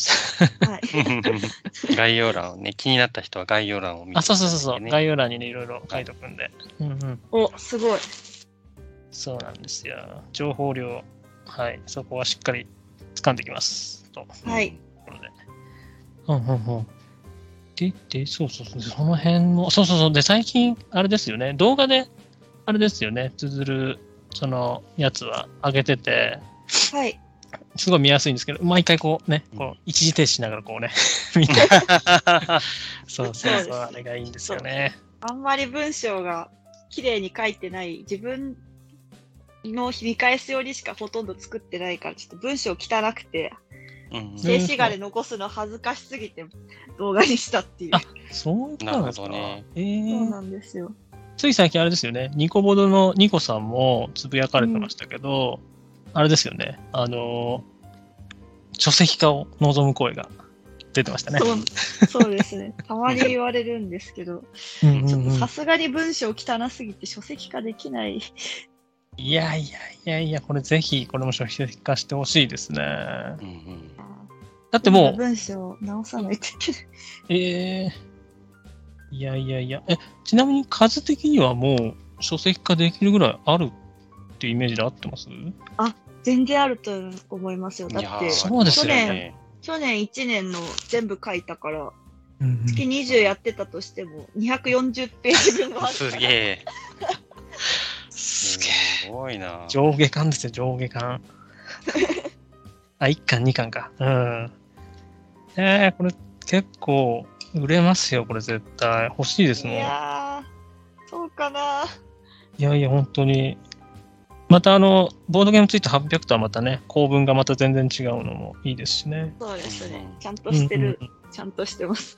はい。 概要欄をね、気になった人は概要欄を見てあ、そうそうそうそう、 ね。 概要欄にね、いろいろ書いておくんで。うんうん。 お、すごい。 そうなんですよ。情報量、はい、そこはしっかり掴んできます。と。 はい。 ところで。うんうんうん。で、で、そうそうそう、その辺も、そうそうそう、で、最近、あれですよね、動画で、あれですよね、つづる、そのやつは上げてて、 はい。 すごい見やすいんですけど、毎回こうね、こう一時停止しながらこうね、見て、そうそうそう、 そうですあれがいいんですよね。 あんまり文章が綺麗に書いてない、自分の見返すようにしかほとんど作ってないから、ちょっと文章汚くて、 うん静止画で残すの恥ずかしすぎて動画にしたっていう。 あそういうことなんですか。 なるほどねえーそうなんですよ。 つい最近あれですよね、ニコボドのニコさんもつぶやかれてましたけど、あれですよね、あの、書籍化を望む声が出てましたね。 そうそうですね。たまに言われるんですけど、 うんうんうんちょっとさすがに文章汚すぎて書籍化できない。 いやいやいやいや、これぜひ、これも書籍化してほしいですね。 うんうんだってもう、 文章を直さないといけない。 えー、いやいやいや、え、ちなみに数的にはもう書籍化できるぐらいあるっていうイメージで合ってます？ 全然あると思いますよ。だって、 いやーそうですよ去年、 ね。 去年いちねんの全部書いたから、 うんうん月にじゅうやってたとしても、にひゃくよんじゅうページ分もあるから。 すげえ。 すげえ。 すごいな。 上下巻ですよ、上下巻。あ、いっかん、にかんか。うん。えー、これ結構売れますよ、これ絶対。欲しいですいもん。いややー、そうかな。 いや、本当に。またあの、ボードゲームツイートはっぴゃくとはまたね、構文がまた全然違うのもいいですしね。 そうですね。ちゃんとしてる。 うんちゃんとしてます。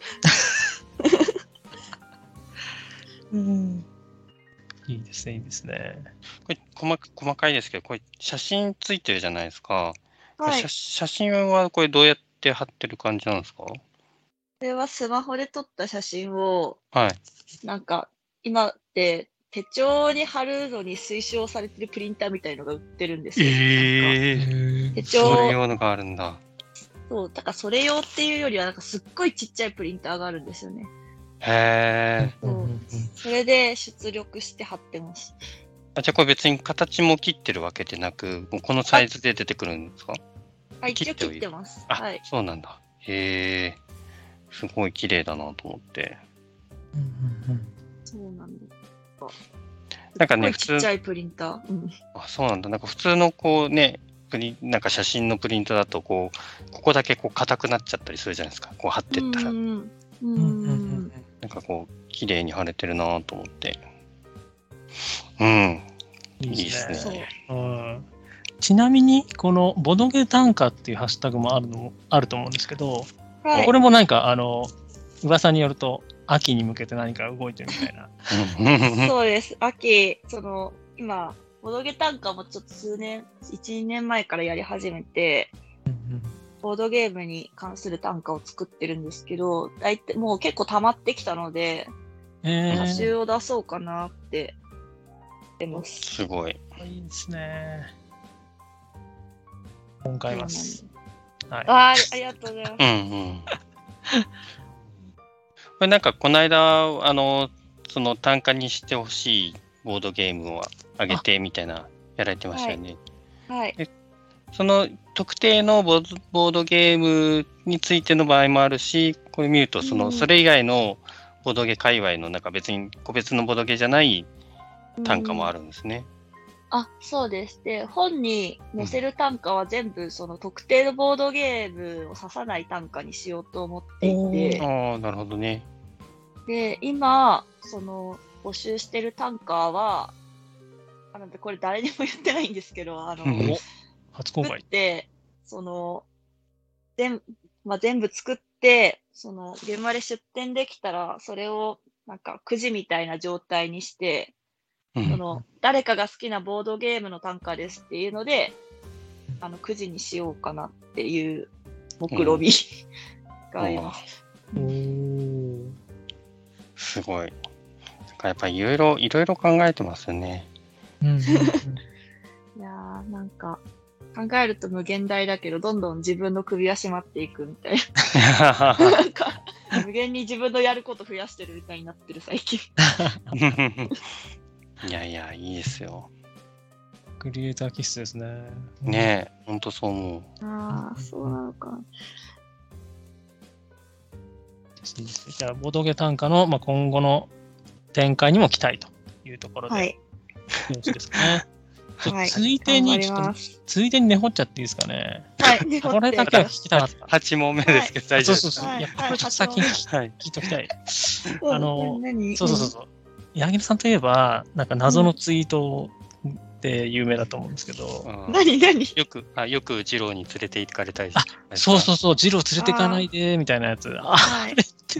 うんうんいいですね、いいですね。 これ細か細かいですけど、これ写真ついてるじゃないですか。これはい。 写写真はこれどうやって貼ってる感じなんですか？ これはスマホで撮った写真を、 はい。 なんか、今って手帳に貼るのに推奨されてるプリンターみたいのが売ってるんですよ。なんかえ手そういう帳、 のがあるんだ。 そう、だからそれ用っていうよりは、なんかすっごいちっちゃいプリンターがあるんですよね。 へえ。 そううんうんうんそれで出力して貼ってます。 あ、じゃあこれ別に形も切ってるわけでなく、もうこのサイズで出てくるんですか？ あ、一応切ってはいる切ってます。 あ、 はい。 そうなんだ。へえ。すごい綺麗だなと思って。 うんうんうんそうなんだ。 なんかねすっごいちっちゃいプリンター。うん。 あ、そうなんだ。なんか普通のこうね、プリなんか写真のプリントだとこう、ここだけこう硬くなっちゃったりするじゃないですか。こう貼ってったら。 うんうんうんううんうんん。 なんかこう、綺麗に貼れてるなと思って。うん。 いいでいいですすね。 ね。 うんちなみに、このボドゲ短歌っていうハッシュタグもあるのもあると思うんですけど、 はいこ。れもなんか、あの、噂によると、秋に向けて何か動いてるみたいな。 うんそうです。秋、その、今、ボドゲ短歌もちょっと数年、いち、にねんまえからやり始めて、 ボードゲームに関する単価を作ってるんですけど、大体もう結構溜まってきたので、 え歌集ー、 を出そうかなって言ってます。 すごい。 いいですね。今回ます。はい。 あーありがとうございます。 うんうん。これなんかこの間あのその単価にしてほしいボードゲームをあげてみたいなやられてましたよね。 はい。 その特定のボードボードゲームについての場合もあるし、これ見るとその、 うんそれ以外のボードゲー界隈のなんか別に個別のボードゲーじゃない単価もある。 るんですね。 あ、そうです。で、本に載せる単価は全部その特定のボードゲームを指さない単価にしようと思っていて、 ああ、なるほどね。 で、今、その募集してる単価は、あのこれ誰にも言ってないんですけど、あの、 うんお初公作っ開。 て、その、全、まあ、全部作って、その、現場で出店できたら、それを、なんか、くじみたいな状態にして、 うんその、誰かが好きなボードゲームの単価ですっていうので、あの、くじにしようかなっていう目論見があります。 おーすごい。なんかやっぱりいろいろいろいろ考えてますよね。 うんうんうんいやー、なんか、考えると無限大だけど、どんどん自分の首は締まっていくみたいな。なんか、無限に自分のやること増やしてるみたいになってる最近。 いやいや、いいですよ。 クリエイター気質ですね。 ねえ、ほんとそう思う。 ああ、そうなのかな。 ですね。じゃあ、ボードゲー単価の、まあ、今後の展開にも期待というところで、 はい。 よろしいですかね。ちょはい。 ついでに、ちょっと頑張りま、す。 ついでに根掘っちゃっていいですかね。 はい。ねこれだけは聞きたかった。 はち問目ですけど、大丈夫ですか。 そうそうそう。 はいいや、これちょっと先に聞はい。 いておきたい。 うんあの何そうそうそうそう。柳野さんといえば、なんか謎のツイートで有名だと思うんですけど、 うん何何よく、あ、よく二郎に連れて行かれたりあそうそうそう、ジロー連れてかないで、みたいなやつ。あ、 はい。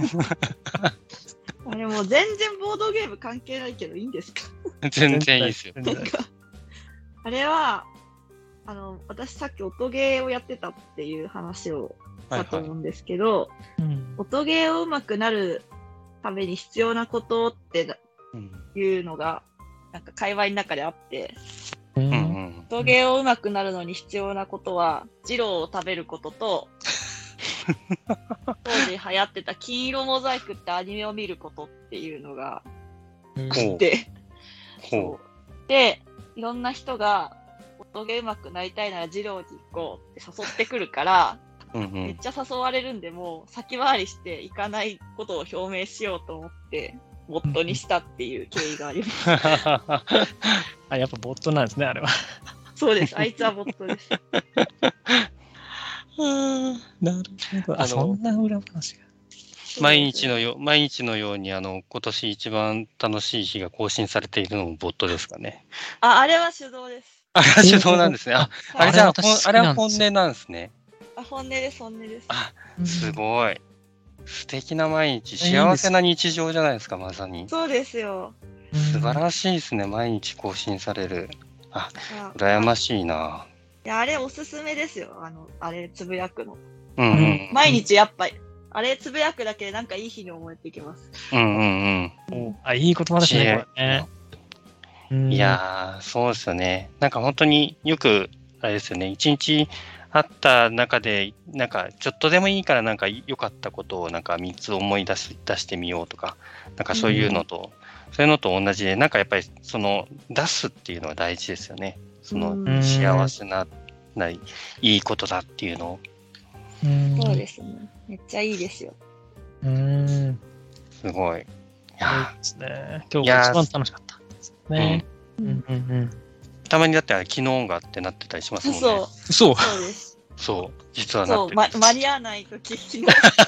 あれもう全然ボードゲーム関係ないけどいいんですか？ 全然いいですよ。 全然なんかあれは、あの、私さっき音ゲーをやってたっていう話をしたと思うんですけど、 うん音ゲーを上手くなるために必要なことってうんいうのが、なんか会話の中であって、 うんうんうん音ゲーを上手くなるのに必要なことは、ジローを食べることと、当時流行ってた金色モザイクってアニメを見ることっていうのがうんほうで、 ほで、いろんな人が音ゲー上手くなりたいならジローに行こうって誘ってくるから、 う。うんうん。 めっちゃ誘われるんで、もう先回りして行かないことを表明しようと思って、ボットにしたっていう経緯があります。 あ、やっぱボットなんですね、あれは。 そうです。あいつはボットです。 なるほど。あ、 あのそんな裏話が。 毎日のよ毎日のようにあの今年一番楽しい日が更新されているのもボットですかね。 あ、あれは手動です。 あれは手動なんですね。あ、あれじゃあほんあれは本音なんですね。 あ、本音です、本音です。 あ、すごい。素敵な毎日、 い幸せな日常じゃないですか、まさに。 そうですよ。 素晴らしいですね、毎日更新される。あ、 あ羨ましいな。 いや、あれおすすめですよ。あの、あれつぶやくの。 うんうん。 毎日やっぱり、あれつぶやくだけでなんかいい日に思えてきます。 うんうんおあ、いい言葉ですね、これね。 うん。いやー、そうですよね。なんか本当によく、あれですよね、一日あった中で、なんかちょっとでもいいからなんか良かったことをなんかみっつ思い出し出してみようとか、なんかそういうのと、そういうのと同じで、なんかやっぱりその出すっていうのは大事ですよね。そのうん幸せな、ないいことだっていうのを。 うんそうですね。めっちゃいいですよ。 うん。 すごい。いいいやですね。今日が一番楽しかったですね。うんうんうん。 ーたまにだってあれ昨日がってなってたりしますもんね。 そう、 そう。 そうです。 そう。実はなそう、 ってるま、間に合わないとき、昨日。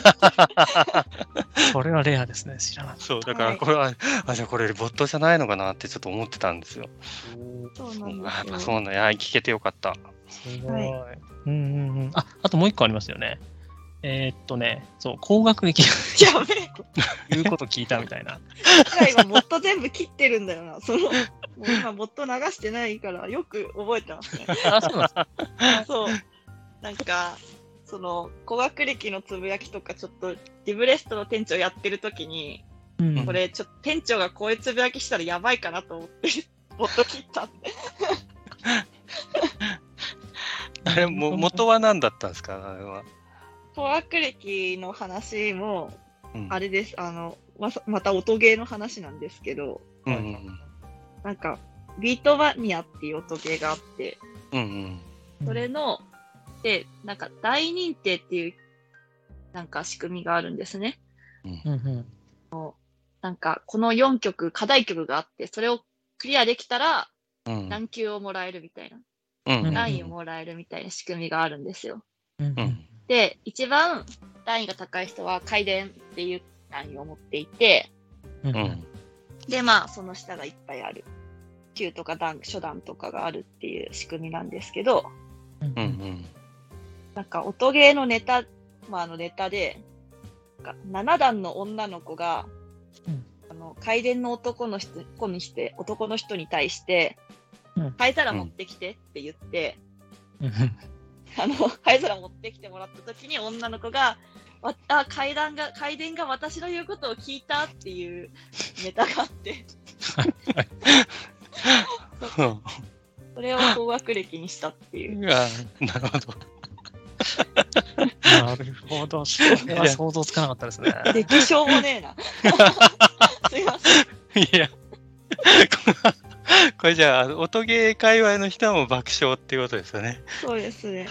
それはレアですね。知らなかっそう、だからこれは、あ、じゃあこれボットじゃないのかなってちょっと思ってたんですよ。 た。 そうなんあやっぱですよ。 そうなんや、聞けてよかった。 すごい。 はいうんうんうん。あ、あともう一個ありますよね。えーっとね、そう、高学歴やべえ。 言うこと聞いたみたいな。 最後、ボット全部切ってるんだよな。その、もう今、ボット流してないから、よく覚えてますね。 あ、そうなんですか。 そう。なんか、 その高学歴のつぶやきとかちょっとリブレストの店長やってる時に、 うん、 これちょっと店長がこういうつぶやきしたらやばいかなと思ってボット切ったんであれも元は何だったんですか、あれは。 高学歴の話も、 うん、 あれです。あの、ま、また音ゲーの話なんですけど、 うんうん、 なんか、ビートマニアっていう音ゲーがあって、 うんうん、 それの、で、なんか大認定っていう、なんか仕組みがあるんですね。 うんうんなんか、このよんきょく、課題曲があって、それをクリアできたら、 うん何級をもらえるみたいな、 うん、 単位をもらえるみたいな仕組みがあるんですよ。 うんうんで、一番単位が高い人は、回電っていう単位を持っていて、 うんうんで、まあ、その下がいっぱいある。級とか段、初段とかがあるっていう仕組みなんですけど、 うんうんうんなんか、音ゲーのネタ、まあ、あのネタで、なんかなな段の女の子が、 うんあの、階電の男の人子にして、男の人に対して、 うん灰皿持ってきてって言って、 うんあの、灰皿持ってきてもらった時に女の子が、わあ、階段が、階電が私の言うことを聞いたっていうネタがあって、それを高学歴にしたっていう。 あ、なるほど。 なるほど。それは想像つかなかったですね。 歴史もねえな。すいません。 いや、これじゃあ、音ゲー界隈の人はもう爆笑っていうことですよね。 そうですね。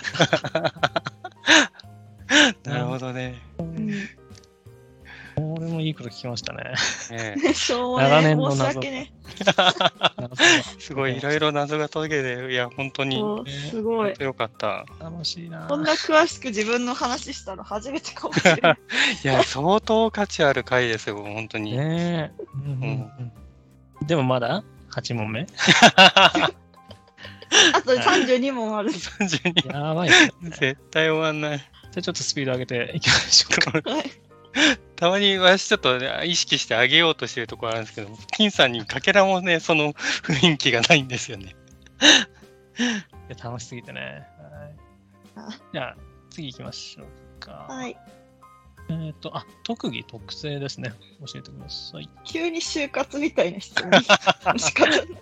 なるほどね。 うんこれもいいこと聞きましたね。 ねしょうも長ね年の謎申し訳ね。 すごいいろいろ謎が解けて、いや、本当にそうすごい。 よかった。 楽しいな。 こんな詳しく自分の話したの初めてかもしれない。 いや、相当価値ある回ですよ、本当に。 ねえ、うんうんうん。でもまだはち問目あとさんじゅうに問ある。 さんじゅうにやばいですね。 絶対終わんない。 じゃあちょっとスピード上げていきましょうか。 はいたまに私ちょっと、ね、意識してあげようとしてるところあるんですけど、金さんにかけらもね、その雰囲気がないんですよね。 いや楽しすぎてね。はい、じゃあ次行きましょうか。 はい。 えっ、と、あ、特技、特性ですね。教えてください。 急に就活みたいな質問の仕方。 確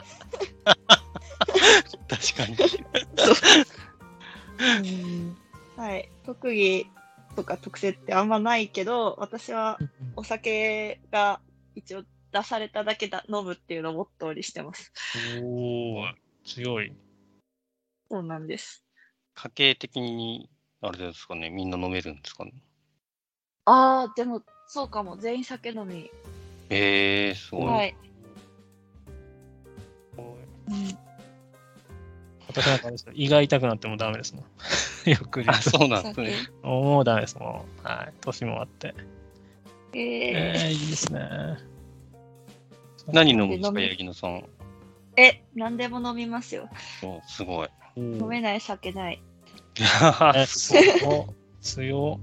かに。 はい。特技とか特性ってあんまないけど、私はお酒が一応出されただけだ飲むっていうのをモットーにしてます。 おお、強い。 そうなんです。 家計的に、あれですかね、みんな飲めるんですかね。 ああ、でもそうかも。全員酒飲み。 えー、すごい。 はい。 うん私なんかですね胃が痛くなってもダメですもん。よく言うあ、 と。 そうなんですね。 もうダメですもん。はい。年もあって。 ええー、 ー、 いいですね。 何飲むんですか、八木野さん。 え、何でも飲みますよ。 おすごい。 飲めない酒ない。 いやえすごい。 お強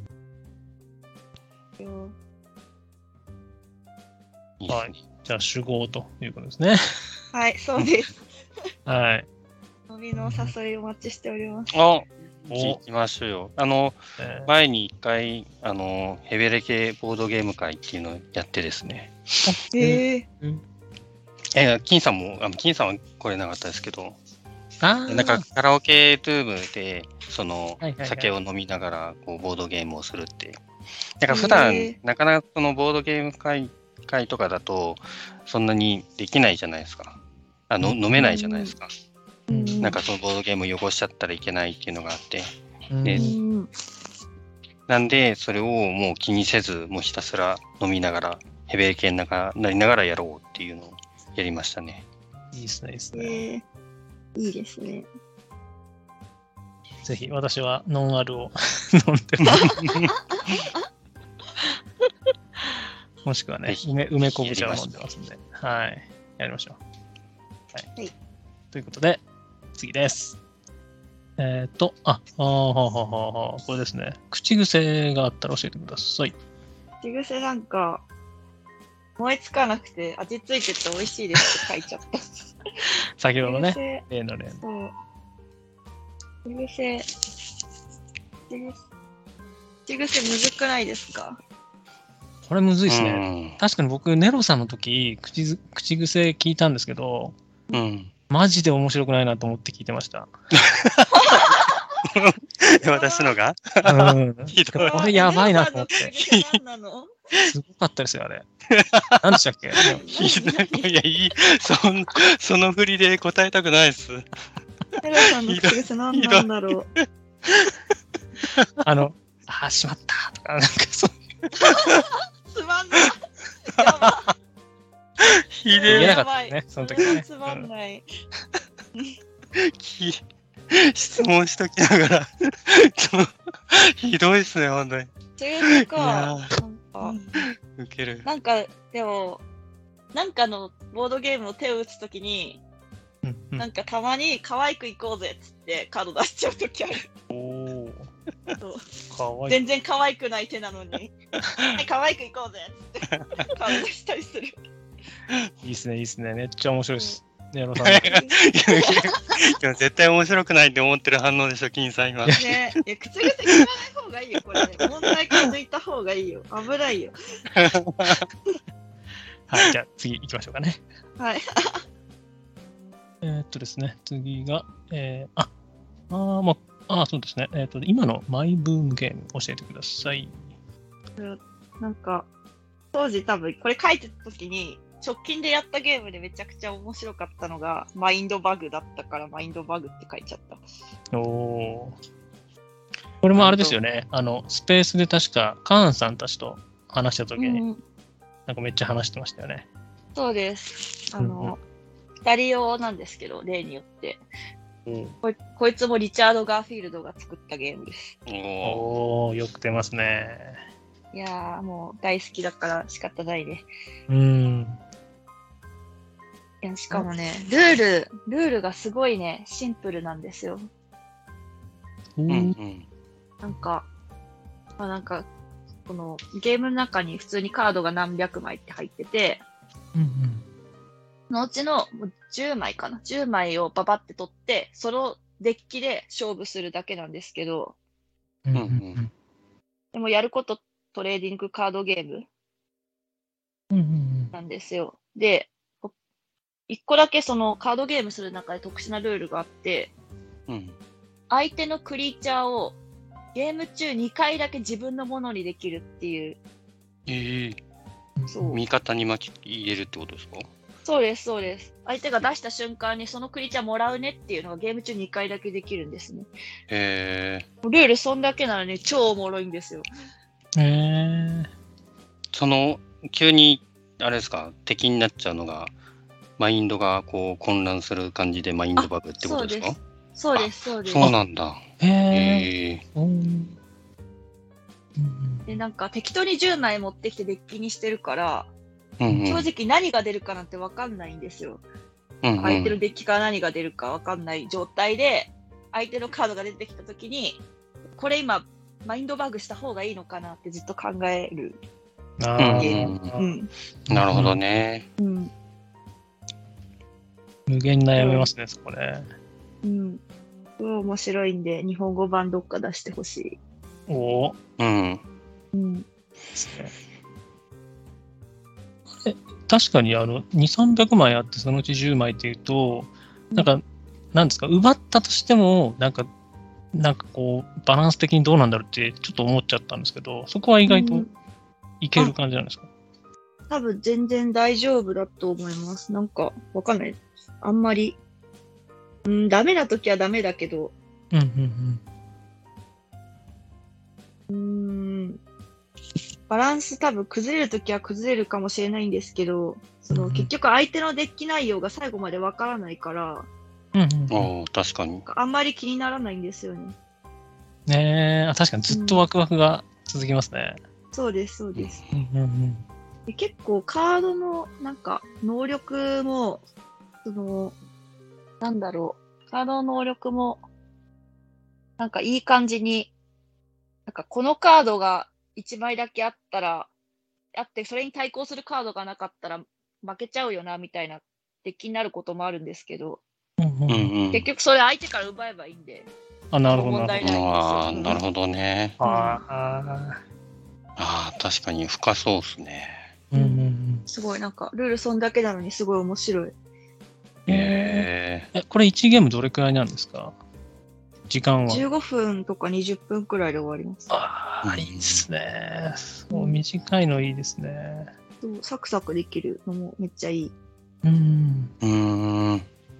よいいですね。 じゃあ、酒豪ということですね。 はい、そうです。 はい。 飲みのお誘いお待ちしております。 あ、 お行きましょうよ。あの、 えー前に一回、あの、ヘベレケボードゲーム会っていうのをやってですね。 へえ。 え、金さんも、あの金さんは来れなかったですけど、 あーなんかカラオケルームで、そのはいはいはい酒を飲みながらこうボードゲームをするって。なんか普段、 へーなかなかそのボードゲーム会会とかだと、そんなにできないじゃないですか。あの、 うん飲めないじゃないですか。 うんなんかそのボードゲームを汚しちゃったらいけないっていうのがあって。 うんでうんなんで、それをもう気にせず、もうひたすら飲みながら、ヘベレケにながなりながらやろうっていうのをやりましたね。 いいですね、いいですね。 へえ。いいですね。 ぜひ、私はノンアルを飲んでももしくはねぜ、ひ梅梅昆布茶を飲んでますんで、はい、やりましょう。はい。 はいということで、次です。えっ、ー、と、あ、あーはあはあはあはあ、これですね。口癖があったら教えてください。 口癖なんか、思いつかなくて、味ついてて美味しいですって書いちゃった。 先ほどね、 口癖例の例の。 そう。口癖。 口癖。口癖むずくないですか？ これむずいですね。 うん確かに僕、ネロさんの時、口ず口癖聞いたんですけど、 うん。 マジで面白くないなと思って聞いてました。 私のがうん。 ひどいこれやばいなと思って。 ネロさんの口癖何なの？ すごかったですよ、あれ。何でしたっけ？ ひどい。いや、いい。そんその振りで答えたくないです。 ネロさんの口癖何なんだろう。 あの、あー、しまったとか、なんかそう。 つまんない。やばひ言えでなかったですね、その時ね。 つまんない。 え。き質問しときながら。ちょひどいですね、本当に。 口癖いか。 やなんか、 ウケる。 なんか、でも、なんかのボードゲームを手を打つときに、 うんうんなんかたまに可愛くいこうぜっつってカード出しちゃうときある。 おー、 そうかわいい。 全然可愛くない手なのに、はい可愛くいこうぜっつってカード出したりする。 いいですね、いいですね。めっちゃ面白いです。ネロさんいやの。 いや絶対面白くないって思ってる反応でしょ、金さん今。 ねえ、口癖聞かない方がいいよ、これ。問題から抜いた方がいいよ。危ないよ。 はい、じゃあ次行きましょうかね。 はい。 えーっとですね、次が、えー、あ、あー、まあ、あーそうですね。えーっと、今のマイブームゲーム教えてください。 なんか、当時多分、これ書いてた時に、直近でやったゲームでめちゃくちゃ面白かったのが、マインドバグだったから、マインドバグって書いちゃった。 おー。これもあれですよね。あの、スペースで確か、カーンさんたちと話したときに、 うん、 なんかめっちゃ話してましたよね。 そうです。あうんうの、二人用なんですけど、例によって。 うんこいこいつもリチャード・ガーフィールドが作ったゲームです。 おーおー、よく出ますね。 いやー、もう大好きだから仕方ないね。 うん。 いや、しかもね、ルール、ルールがすごいね、シンプルなんですよ。 うんううんんなんか、まあなんか、このゲームの中に普通にカードが何百枚って入ってて、 うんそのうちのもうじゅうまいかな。じゅうまいをババって取って、そのデッキで勝負するだけなんですけど、 うん。 うんうんでもやることトレーディングカードゲームうんうんなんですよ。で、こ一個だけそのカードゲームする中で特殊なルールがあって、 うん相手のクリーチャーをゲーム中にかいだけ自分のものにできるっていう。 ええうん。 そう味方に巻き入れるってことですか？ そうです、そうです。相手が出した瞬間にそのクリーチャーもらうねっていうのがゲーム中にかいだけできるんですね。 へえ。 ルールそんだけなのに超おもろいんですよ。 へー。 その急にあれですか、敵になっちゃうのがマインドがこう混乱する感じでマインドバグってことですか？ そうです、そうです。 そうなんだ。 へー。 へえ。 うんうんで、なんか適当にじゅうまい持ってきてデッキにしてるから、 うんうん正直何が出るかなんてわかんないんですよ。 うんうん相手のデッキから何が出るかわかんない状態で、相手のカードが出てきたときに、これ今、マインドバグした方がいいのかなってずっと考える。 あうんーうん。 なるほどね。 うん。 無限に悩みますね、そこね。 うん。すごい面白いんで、日本語版どっか出してほしい。 おー。 うん。 うん。 ですね。え確かにあのにせんさんびゃくまいあってそのうちじゅうまいっていうと、なんか、なんですか、奪ったとしても、なんか、なんかこう、バランス的にどうなんだろうってちょっと思っちゃったんですけど、そこは意外とうんいける感じなんですか？ 多分全然大丈夫だと思います。なんか、わかんない。あんまり、うん、ダメな時はダメだけど、 うんうんうーん、バランス多分崩れる時は崩れるかもしれないんですけど、その、 うんうん結局相手のデッキ内容が最後までわからないから、 うん。うんうんうん。 ああ、確かに。 あんまり気にならないんですよね。 ねえ、あ確かにずっとワクワクが続きますね。 そうです、そうです。 うんうんうん。 で結構カードのなんか能力も、その、なんだろう、カードの能力も、なんかいい感じに、なんかこのカードがいちまいだけあったら、あって、それに対抗するカードがなかったら負けちゃうよな、みたいなデッキになることもあるんですけど、 うんうんうんうん。 結局それ相手から奪えばいいんで、 あ、なるほど。 問題ないんですよ。 ああ、なるほどね。 あああ、確かに深そうですね。 うんうんうん。 すごいなんかルールそんだけなのにすごい面白い。 ええ、これいちゲームどれくらいなんですか？時間は。 じゅうごふんとかにじゅっぷんくらいで終わります。 ああ、 うんいいですね。そう、短いのいいですね。 そうサクサクできるのもめっちゃいい。 うん。 ー、うーん。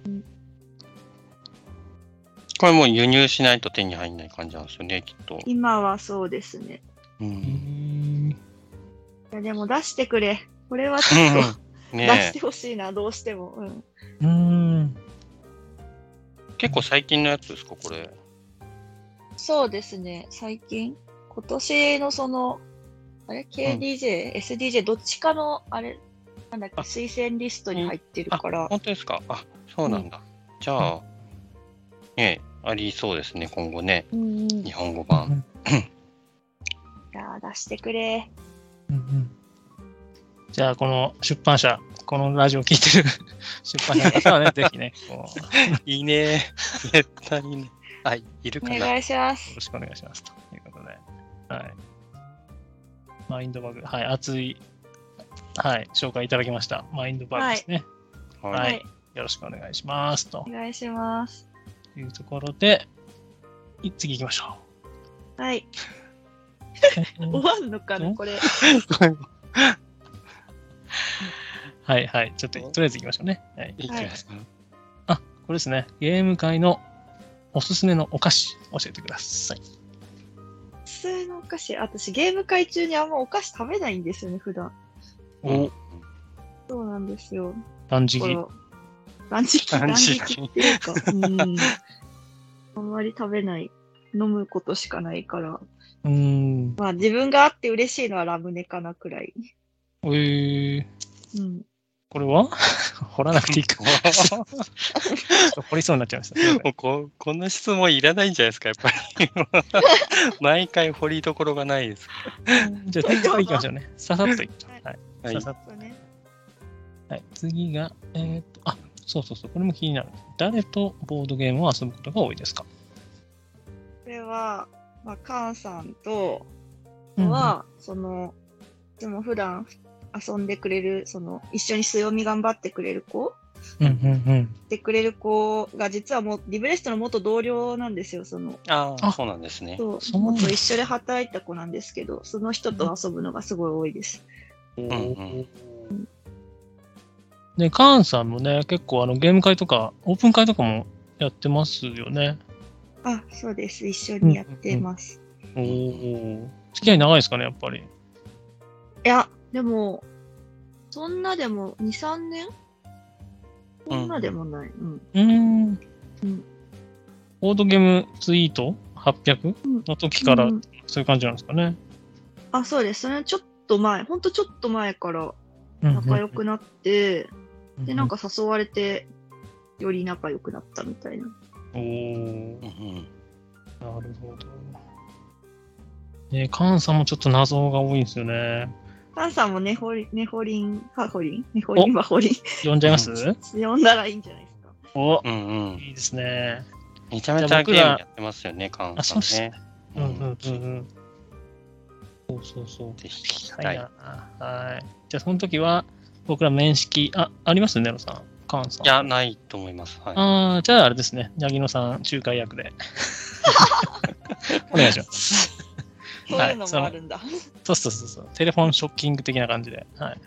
これもう輸入しないと手に入んない感じなんですよね、きっと。 今はそうですね。 う。 うんん。 いやでも出してくれ。これはちょっと出しねてほしいな、どうしても。うん。 うん。 え、結構最近のやつですか、これ。 そうですね、最近、今年のその、あれ ケーディージェー、エスディージェー どっちかの、あれ、なんだっけ、 あ推薦リストに入ってるから、 本当ですか。あ、そうなんだ。じゃあ、ねえ、ありそうですね、今後ね。 うんうん、い日本語版。 やー出してくれ。 うんうんじゃあ、この出版社、このラジオを聞いてる出版社の方はね、ぜひね、こうよいいね。絶対にね。あ、いるかな。 お願いします。 ろしくお願いしますということで。はい。マインドバグ、はい、熱い、はい、紹介いただきました。マインドバグですね。 は。 はいい。よろしくお願いしますとお願いします。 いうところで、い次行きましょはい。 う。 終わんのかな、これ。 はいはい。ちょっと、とりあえず行きましょうね。はい。 いきますか。 あ、これですね。ゲーム界のおすすめのお菓子、教えてください。 普通のお菓子、私ゲーム会中にあんまお菓子食べないんですよね、普段。 お、 そうなんですよ。 断食。 この断食、 断断食食っていうか、うん。あんまり食べない。飲むことしかないから。 うーん。 まあ自分があって嬉しいのはラムネかなくらい。 えー、 うん。 これは掘らなくていいか。ちょっと掘りそうになっちゃいました。すいまもうここんな質問いらないんじゃないですか、やっぱり。毎回掘りどころがないです。 せんじゃあ次行きましょうね。ささっといきましょう。はい。 はいささっそうね。 と。はい。次が、えーっと、あ、そうそうそう。これも気になる。誰とボードゲームを遊ぶことが多いですか？ これは、まあ、カンさんと、あとは、その、いつも普段遊んでくれる、その、一緒に強み頑張ってくれる子うんうんうん。 ってくれる子が、実はもう、リブレストの元同僚なんですよ、その、 ああ、 あそうなんですね。 そう、 そうなんだ元一緒で働いた子なんですけど、その人と遊ぶのがすごい多いです。 うんうんね、カーンさんもね、結構あのゲーム会とか、オープン会とかもやってますよね。 あ、そうです。一緒にやってます。 おお。付き合い長いですかね、やっぱり。 いや、でも、そんなでも、に、さんねんそんなでもない。うん。 うーん。 うんボードゲームツイートはっぴゃくうんの時からうんそういう感じなんですかね。 あ、そうです。それちょっと前、ほんとちょっと前から仲良くなって、で、なんか誘われて、より仲良くなったみたいな。 おお。 うんうんなるほど。ね、カーンさんもちょっと謎が多いんですよね。 カンさんもネホリン、ネホリン、ハホリンネホリンはホリン。 呼んじゃいます呼んだらいいんじゃないですか。 おうんうん。 いいですね。 めちゃめちゃゲームやってますよね、カンあ、そうっすさんね。 うんうんうんうん。そうそうそう。 ぜひ聞きはたい。 いな。はい。じゃあ、その時は、僕ら面識、あ、ありますネロさん。カーンさん。 いや、ないと思います。はい。 ああ、じゃああれですね。八木野さん、仲介役で。お願いします。 そういうのもあるんだ。 そうそうそうそう。テレフォンショッキング的な感じで。はい。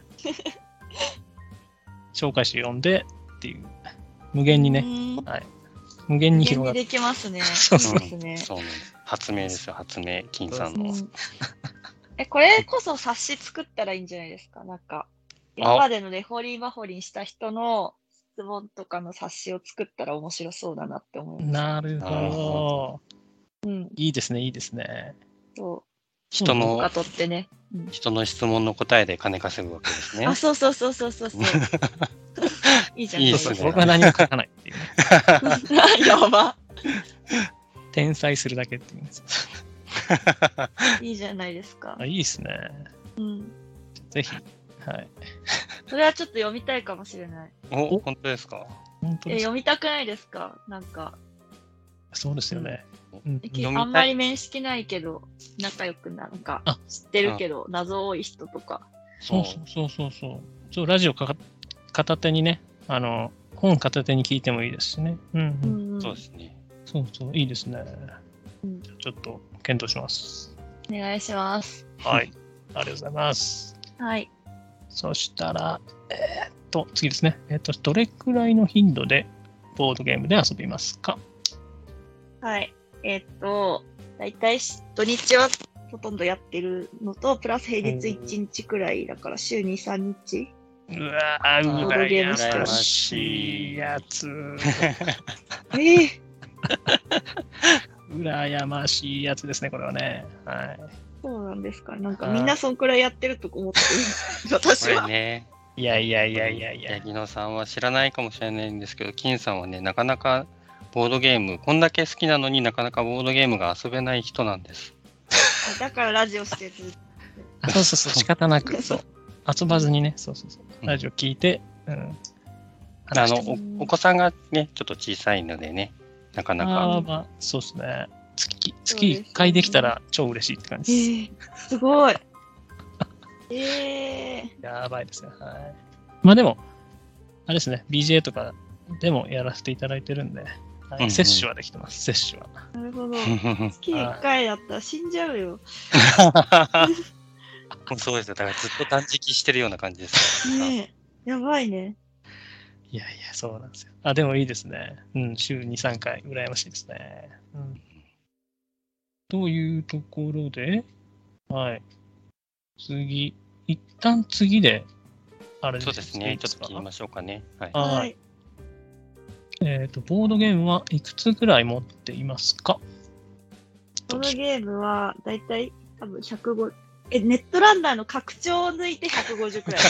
紹介して呼んでっていう。無限にね。 ね。 無限に無限に広がって。 できますね。 そうそういいですね。 そうなんです。発明ですよ、発明。金さんの。 うんえ、これこそ冊子作ったらいいんじゃないですか。なんか、今までのレホリーマホリンした人の質問とかの冊子を作ったら面白そうだなって思います。 なるほなるど。 うん。 いいですね、いいですね。 そ人う。とかの、 取ってね。うん人の質問の答えで金稼ぐわけですね。 あ、そうそうそうそうそうそう。いいじゃないいいですねですか。 僕は何も書かないっていうね。 やば。 天才するだけっていうね。 いいじゃないですかあ。いいですね。 うん。 ぜひ。はい。 それはちょっと読みたいかもしれない。 お、本当ですか？ え、 本当ですか。 読みたくないですかなんか、 そうですよね。うんき飲みたいあんまり面識ないけど、仲良くなんかあ知ってるけど、謎多い人とか。 そうそうそうそうそう。そう、ラジオかか片手にね、あの、本片手に聞いてもいいですしね。うん、う。 うんんうん、 そうですね。 そうそう、いいですね。 うんじゃあちょっと検討します。 お願いします。 はい。ありがとうございます。 はい。 そしたら、えーっと、次ですね。えーっと、どれくらいの頻度でボードゲームで遊びますか？ はい。えーっと、だいたい土日はほとんどやってるのと、プラス平日いちにちくらいだから週に、さんにち。 うわー、 ボードゲームして羨まますしいやつ。 ええ羨ましいやつですね、これはね。はい。 そうなんですか。なんかはいみんなそんくらいやってると思ってる。私これは。 ね、 いやいやいやいやいや。 八木野さんは知らないかもしれないんですけど、金さんはね、なかなかボードゲーム、こんだけ好きなのになかなかボードゲームが遊べない人なんです。 だからラジオしてる。 あ、そうそうそう、仕方なく、そう。遊ばずにね、そうそうそう。ラジオ聞いて、うん。 あの話してお、お子さんがね、ちょっと小さいのでね、なかなか。 あーまあ、そうですね。月、月いっかいできたら超嬉しいって感えじです。 ー、すごい。えー、 やばいですね。はい。まあでも、あれですね、ビージェー とかでもやらせていただいてるんで、はいうんうん摂取はできてます、摂取は。 なるほど。月いっかいだったら死んじゃうよ。 そうですよ。だからずっと断食してるような感じです。 ねえ、やばいね。 いやいや、そうなんですよ。あ、でもいいですね。うん、週に、さんかい、羨ましいですね。うん。というところで、はい。次、一旦次で、あれそうですね。ちょっいいかと切りましょうかね。はい。 はいはい。 えっと、ボードゲームはいくつぐらい持っていますか？ このゲームはだいたい多分ひゃくごじゅう、え、ネットランナーの拡張を抜いてひゃくごじゅうくらい。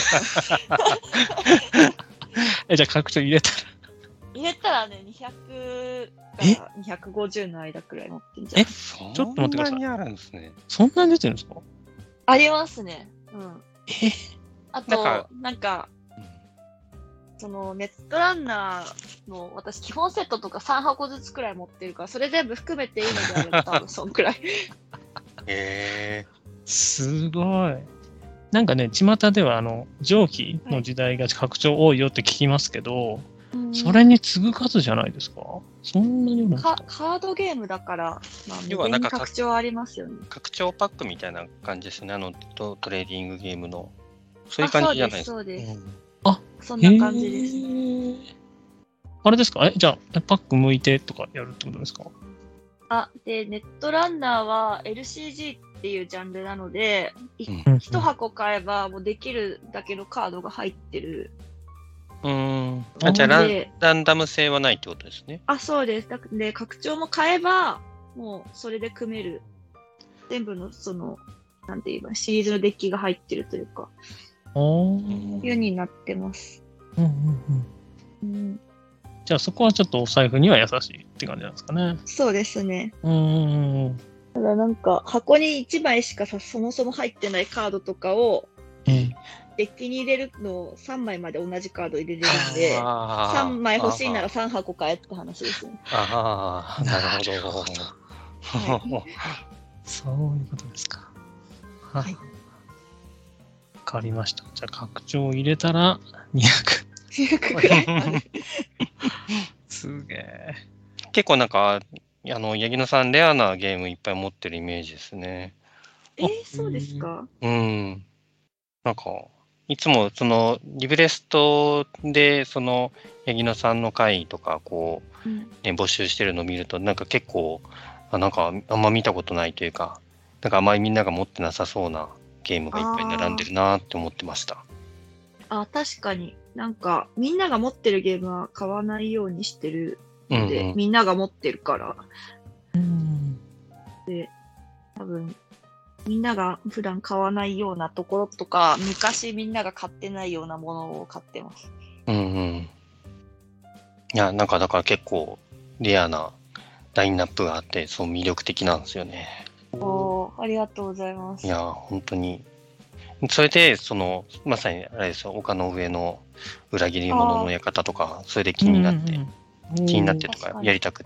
え、じゃあ拡張入れたら。 入れたらね、にひゃくからにひゃくごじゅうの間くらい持ってんじゃん。 そちょっと待ってくださいんなにあるんですね。 そんなに出てるんですか？ ありますね。うん。 えあと、 なんかなんか、そのネットランナーの私基本セットとかさんはこずつくらい持ってるから、それ全部含めていいのであれば多分そんくらい。 へえ。 すごい。なんかね、巷ではあの蒸気の時代が拡張多いよって聞きますけど、 うんそれに次ぐ数じゃないですか？そんなに多いんですか？ かカードゲームだから、まあ、無限に要はなんか拡張ありますよね。 拡張パックみたいな感じですね。あのトトレーディングゲームの。そういう感じじゃないですか。 そうです、そうです。 うんそんな感じです。 へーあれですか？え、じゃあ、パック剥いてとかやるってことですか？ あ、で、ネットランナーは エルシージー っていうジャンルなので、いうん一箱買えばもうできるだけのカードが入ってる。 うん。あ、じゃあランでランダム性はないってことですね。 あ、そうです。だで、拡張も買えば、もうそれで組める。全部の、その、なんて言えば、シリーズのデッキが入ってるというか、 おーいうになってます。 うんうんうん。 うん、 じゃあそこはちょっとお財布には優しいって感じなんですかね。 そうですね。 うんうんうん。 ただなんか、箱にいちまいしかさ、そもそも入ってないカードとかを、 うんデッキに入れるのをさんまいまで同じカード入れれるんで、 あーさんまい欲しいならさん箱買えって話ですね。 ああ、なるほど。 はそういうことですか。ははいい。わかりました。じゃあ拡張を入れたらにひゃく。 にひゃくくらいある。 すげえ。 結構なんか、あの、八木野さん、レアなゲームいっぱい持ってるイメージですね。 えー、そうですか？ うん。なんか、いつもそのリブレストでその八木野さんの回とかこう、 うんね、募集してるのを見るとなんか結構あなんかあんま見たことないというかなんかあまりみんなが持ってなさそうなゲームがいっぱい並んでるなって思ってました。 あ、確かに。なんか、みんなが持ってるゲームは買わないようにしてるので、 うんうんみんなが持ってるから、 うん。 多分、みんなが普段買わないようなところとか、昔みんなが買ってないようなものを買ってます。 うんうん。いやなんかだから結構レアなラインナップがあってそう魅力的なんですよね。 おー、ありがとうございます。 いや本当にそれでそのまさにあれですよ丘の上の裏切り者の館とかそれで気になって、 うんうんうん気になってと確かにかやりたくて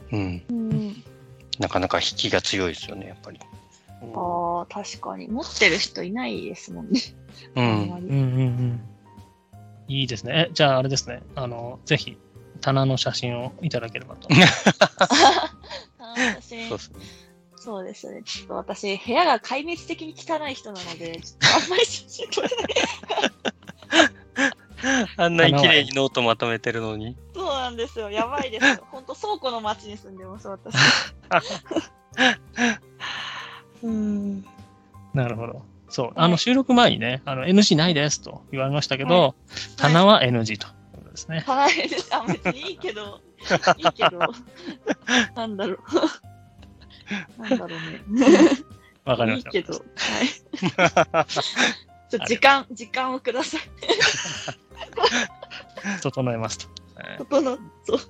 うん。 うん。 なかなか引きが強いですよね、やっぱり。 ああ、確かに。持ってる人いないですもんね。 うあんまん。 うんり。 うんうん。いいですね。え、じゃああれですね。あの、ぜひ、棚の写真をいただければと。 あー私そうですね。 そうですね。ちょっと私、部屋が壊滅的に汚い人なので、ちょっとあんまり写真撮れない。 あんなに綺麗にノートまとめてるのに。 そうなんですよ。やばいですよ。ほんと倉庫の町に住んでます、私。うん。 なるほど。そう。あの、収録前にね、あの、エヌジー ないですと言われましたけど、 は棚は エヌジー ということですね。 はい。あ、別にいいけど、いいけど、なんだろう。なんだろうね。 わかりました。 いいけど、はい。ちょ時間、時間をください。 整えますと。はい整っそう。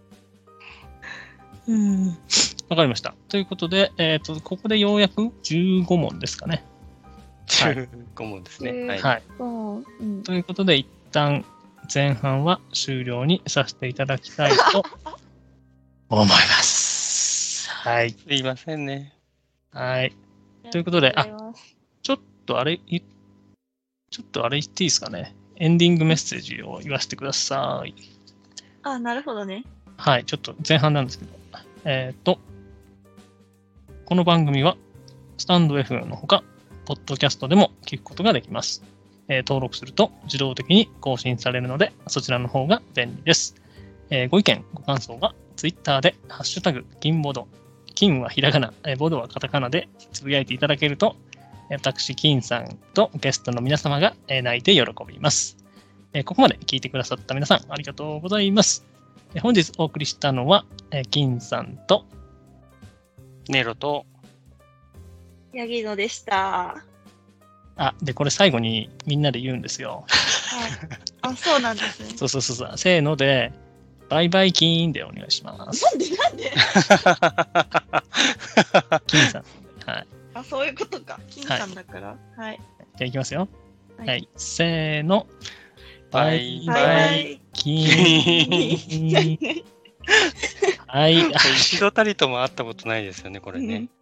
うん。わかりました。ということで、えっ、と、ここでようやくじゅうご問ですかね。はいじゅうご問ですね。 うんはい。 はい。 そう。うん。 ということで、一旦前半は終了にさせていただきたいと思います。はい。 すいませんね。 はい。ということでありがとうございますちょっとあれ、いちょっとあれ言っていいですかね。エンディングメッセージを言わせてください。 あ、なるほどね。 はい。ちょっと前半なんですけど。えっ、と、この番組は、スタンド エフエム のほか、ポッドキャストでも聞くことができます。えー登録すると自動的に更新されるので、そちらの方が便利です。えーご意見、ご感想は、ツイッターで、ハッシュタグ、金ボード、金はひらがな、えーボードはカタカナでつぶやいていただけると、えー私、金さんとゲストの皆様が、えー泣いて喜びます。えーここまで聞いてくださった皆さん、ありがとうございます。えー本日お送りしたのは、えー金さんと、 ネロと、 ヤギノでした。 あ、で、これ最後にみんなで言うんですよ。 はい。あ、そうなんですね。 そうそうそうそう、せーので、バイバイキーンでお願いします。 なんでなんで金さん。はい。 あ、そういうことか。金さんだから。はい。 じゃあいきますよ。 はいはい。せーの。 バイバイバイ。 キーン。はい。 一度たりとも会ったことないですよね、これね。 うん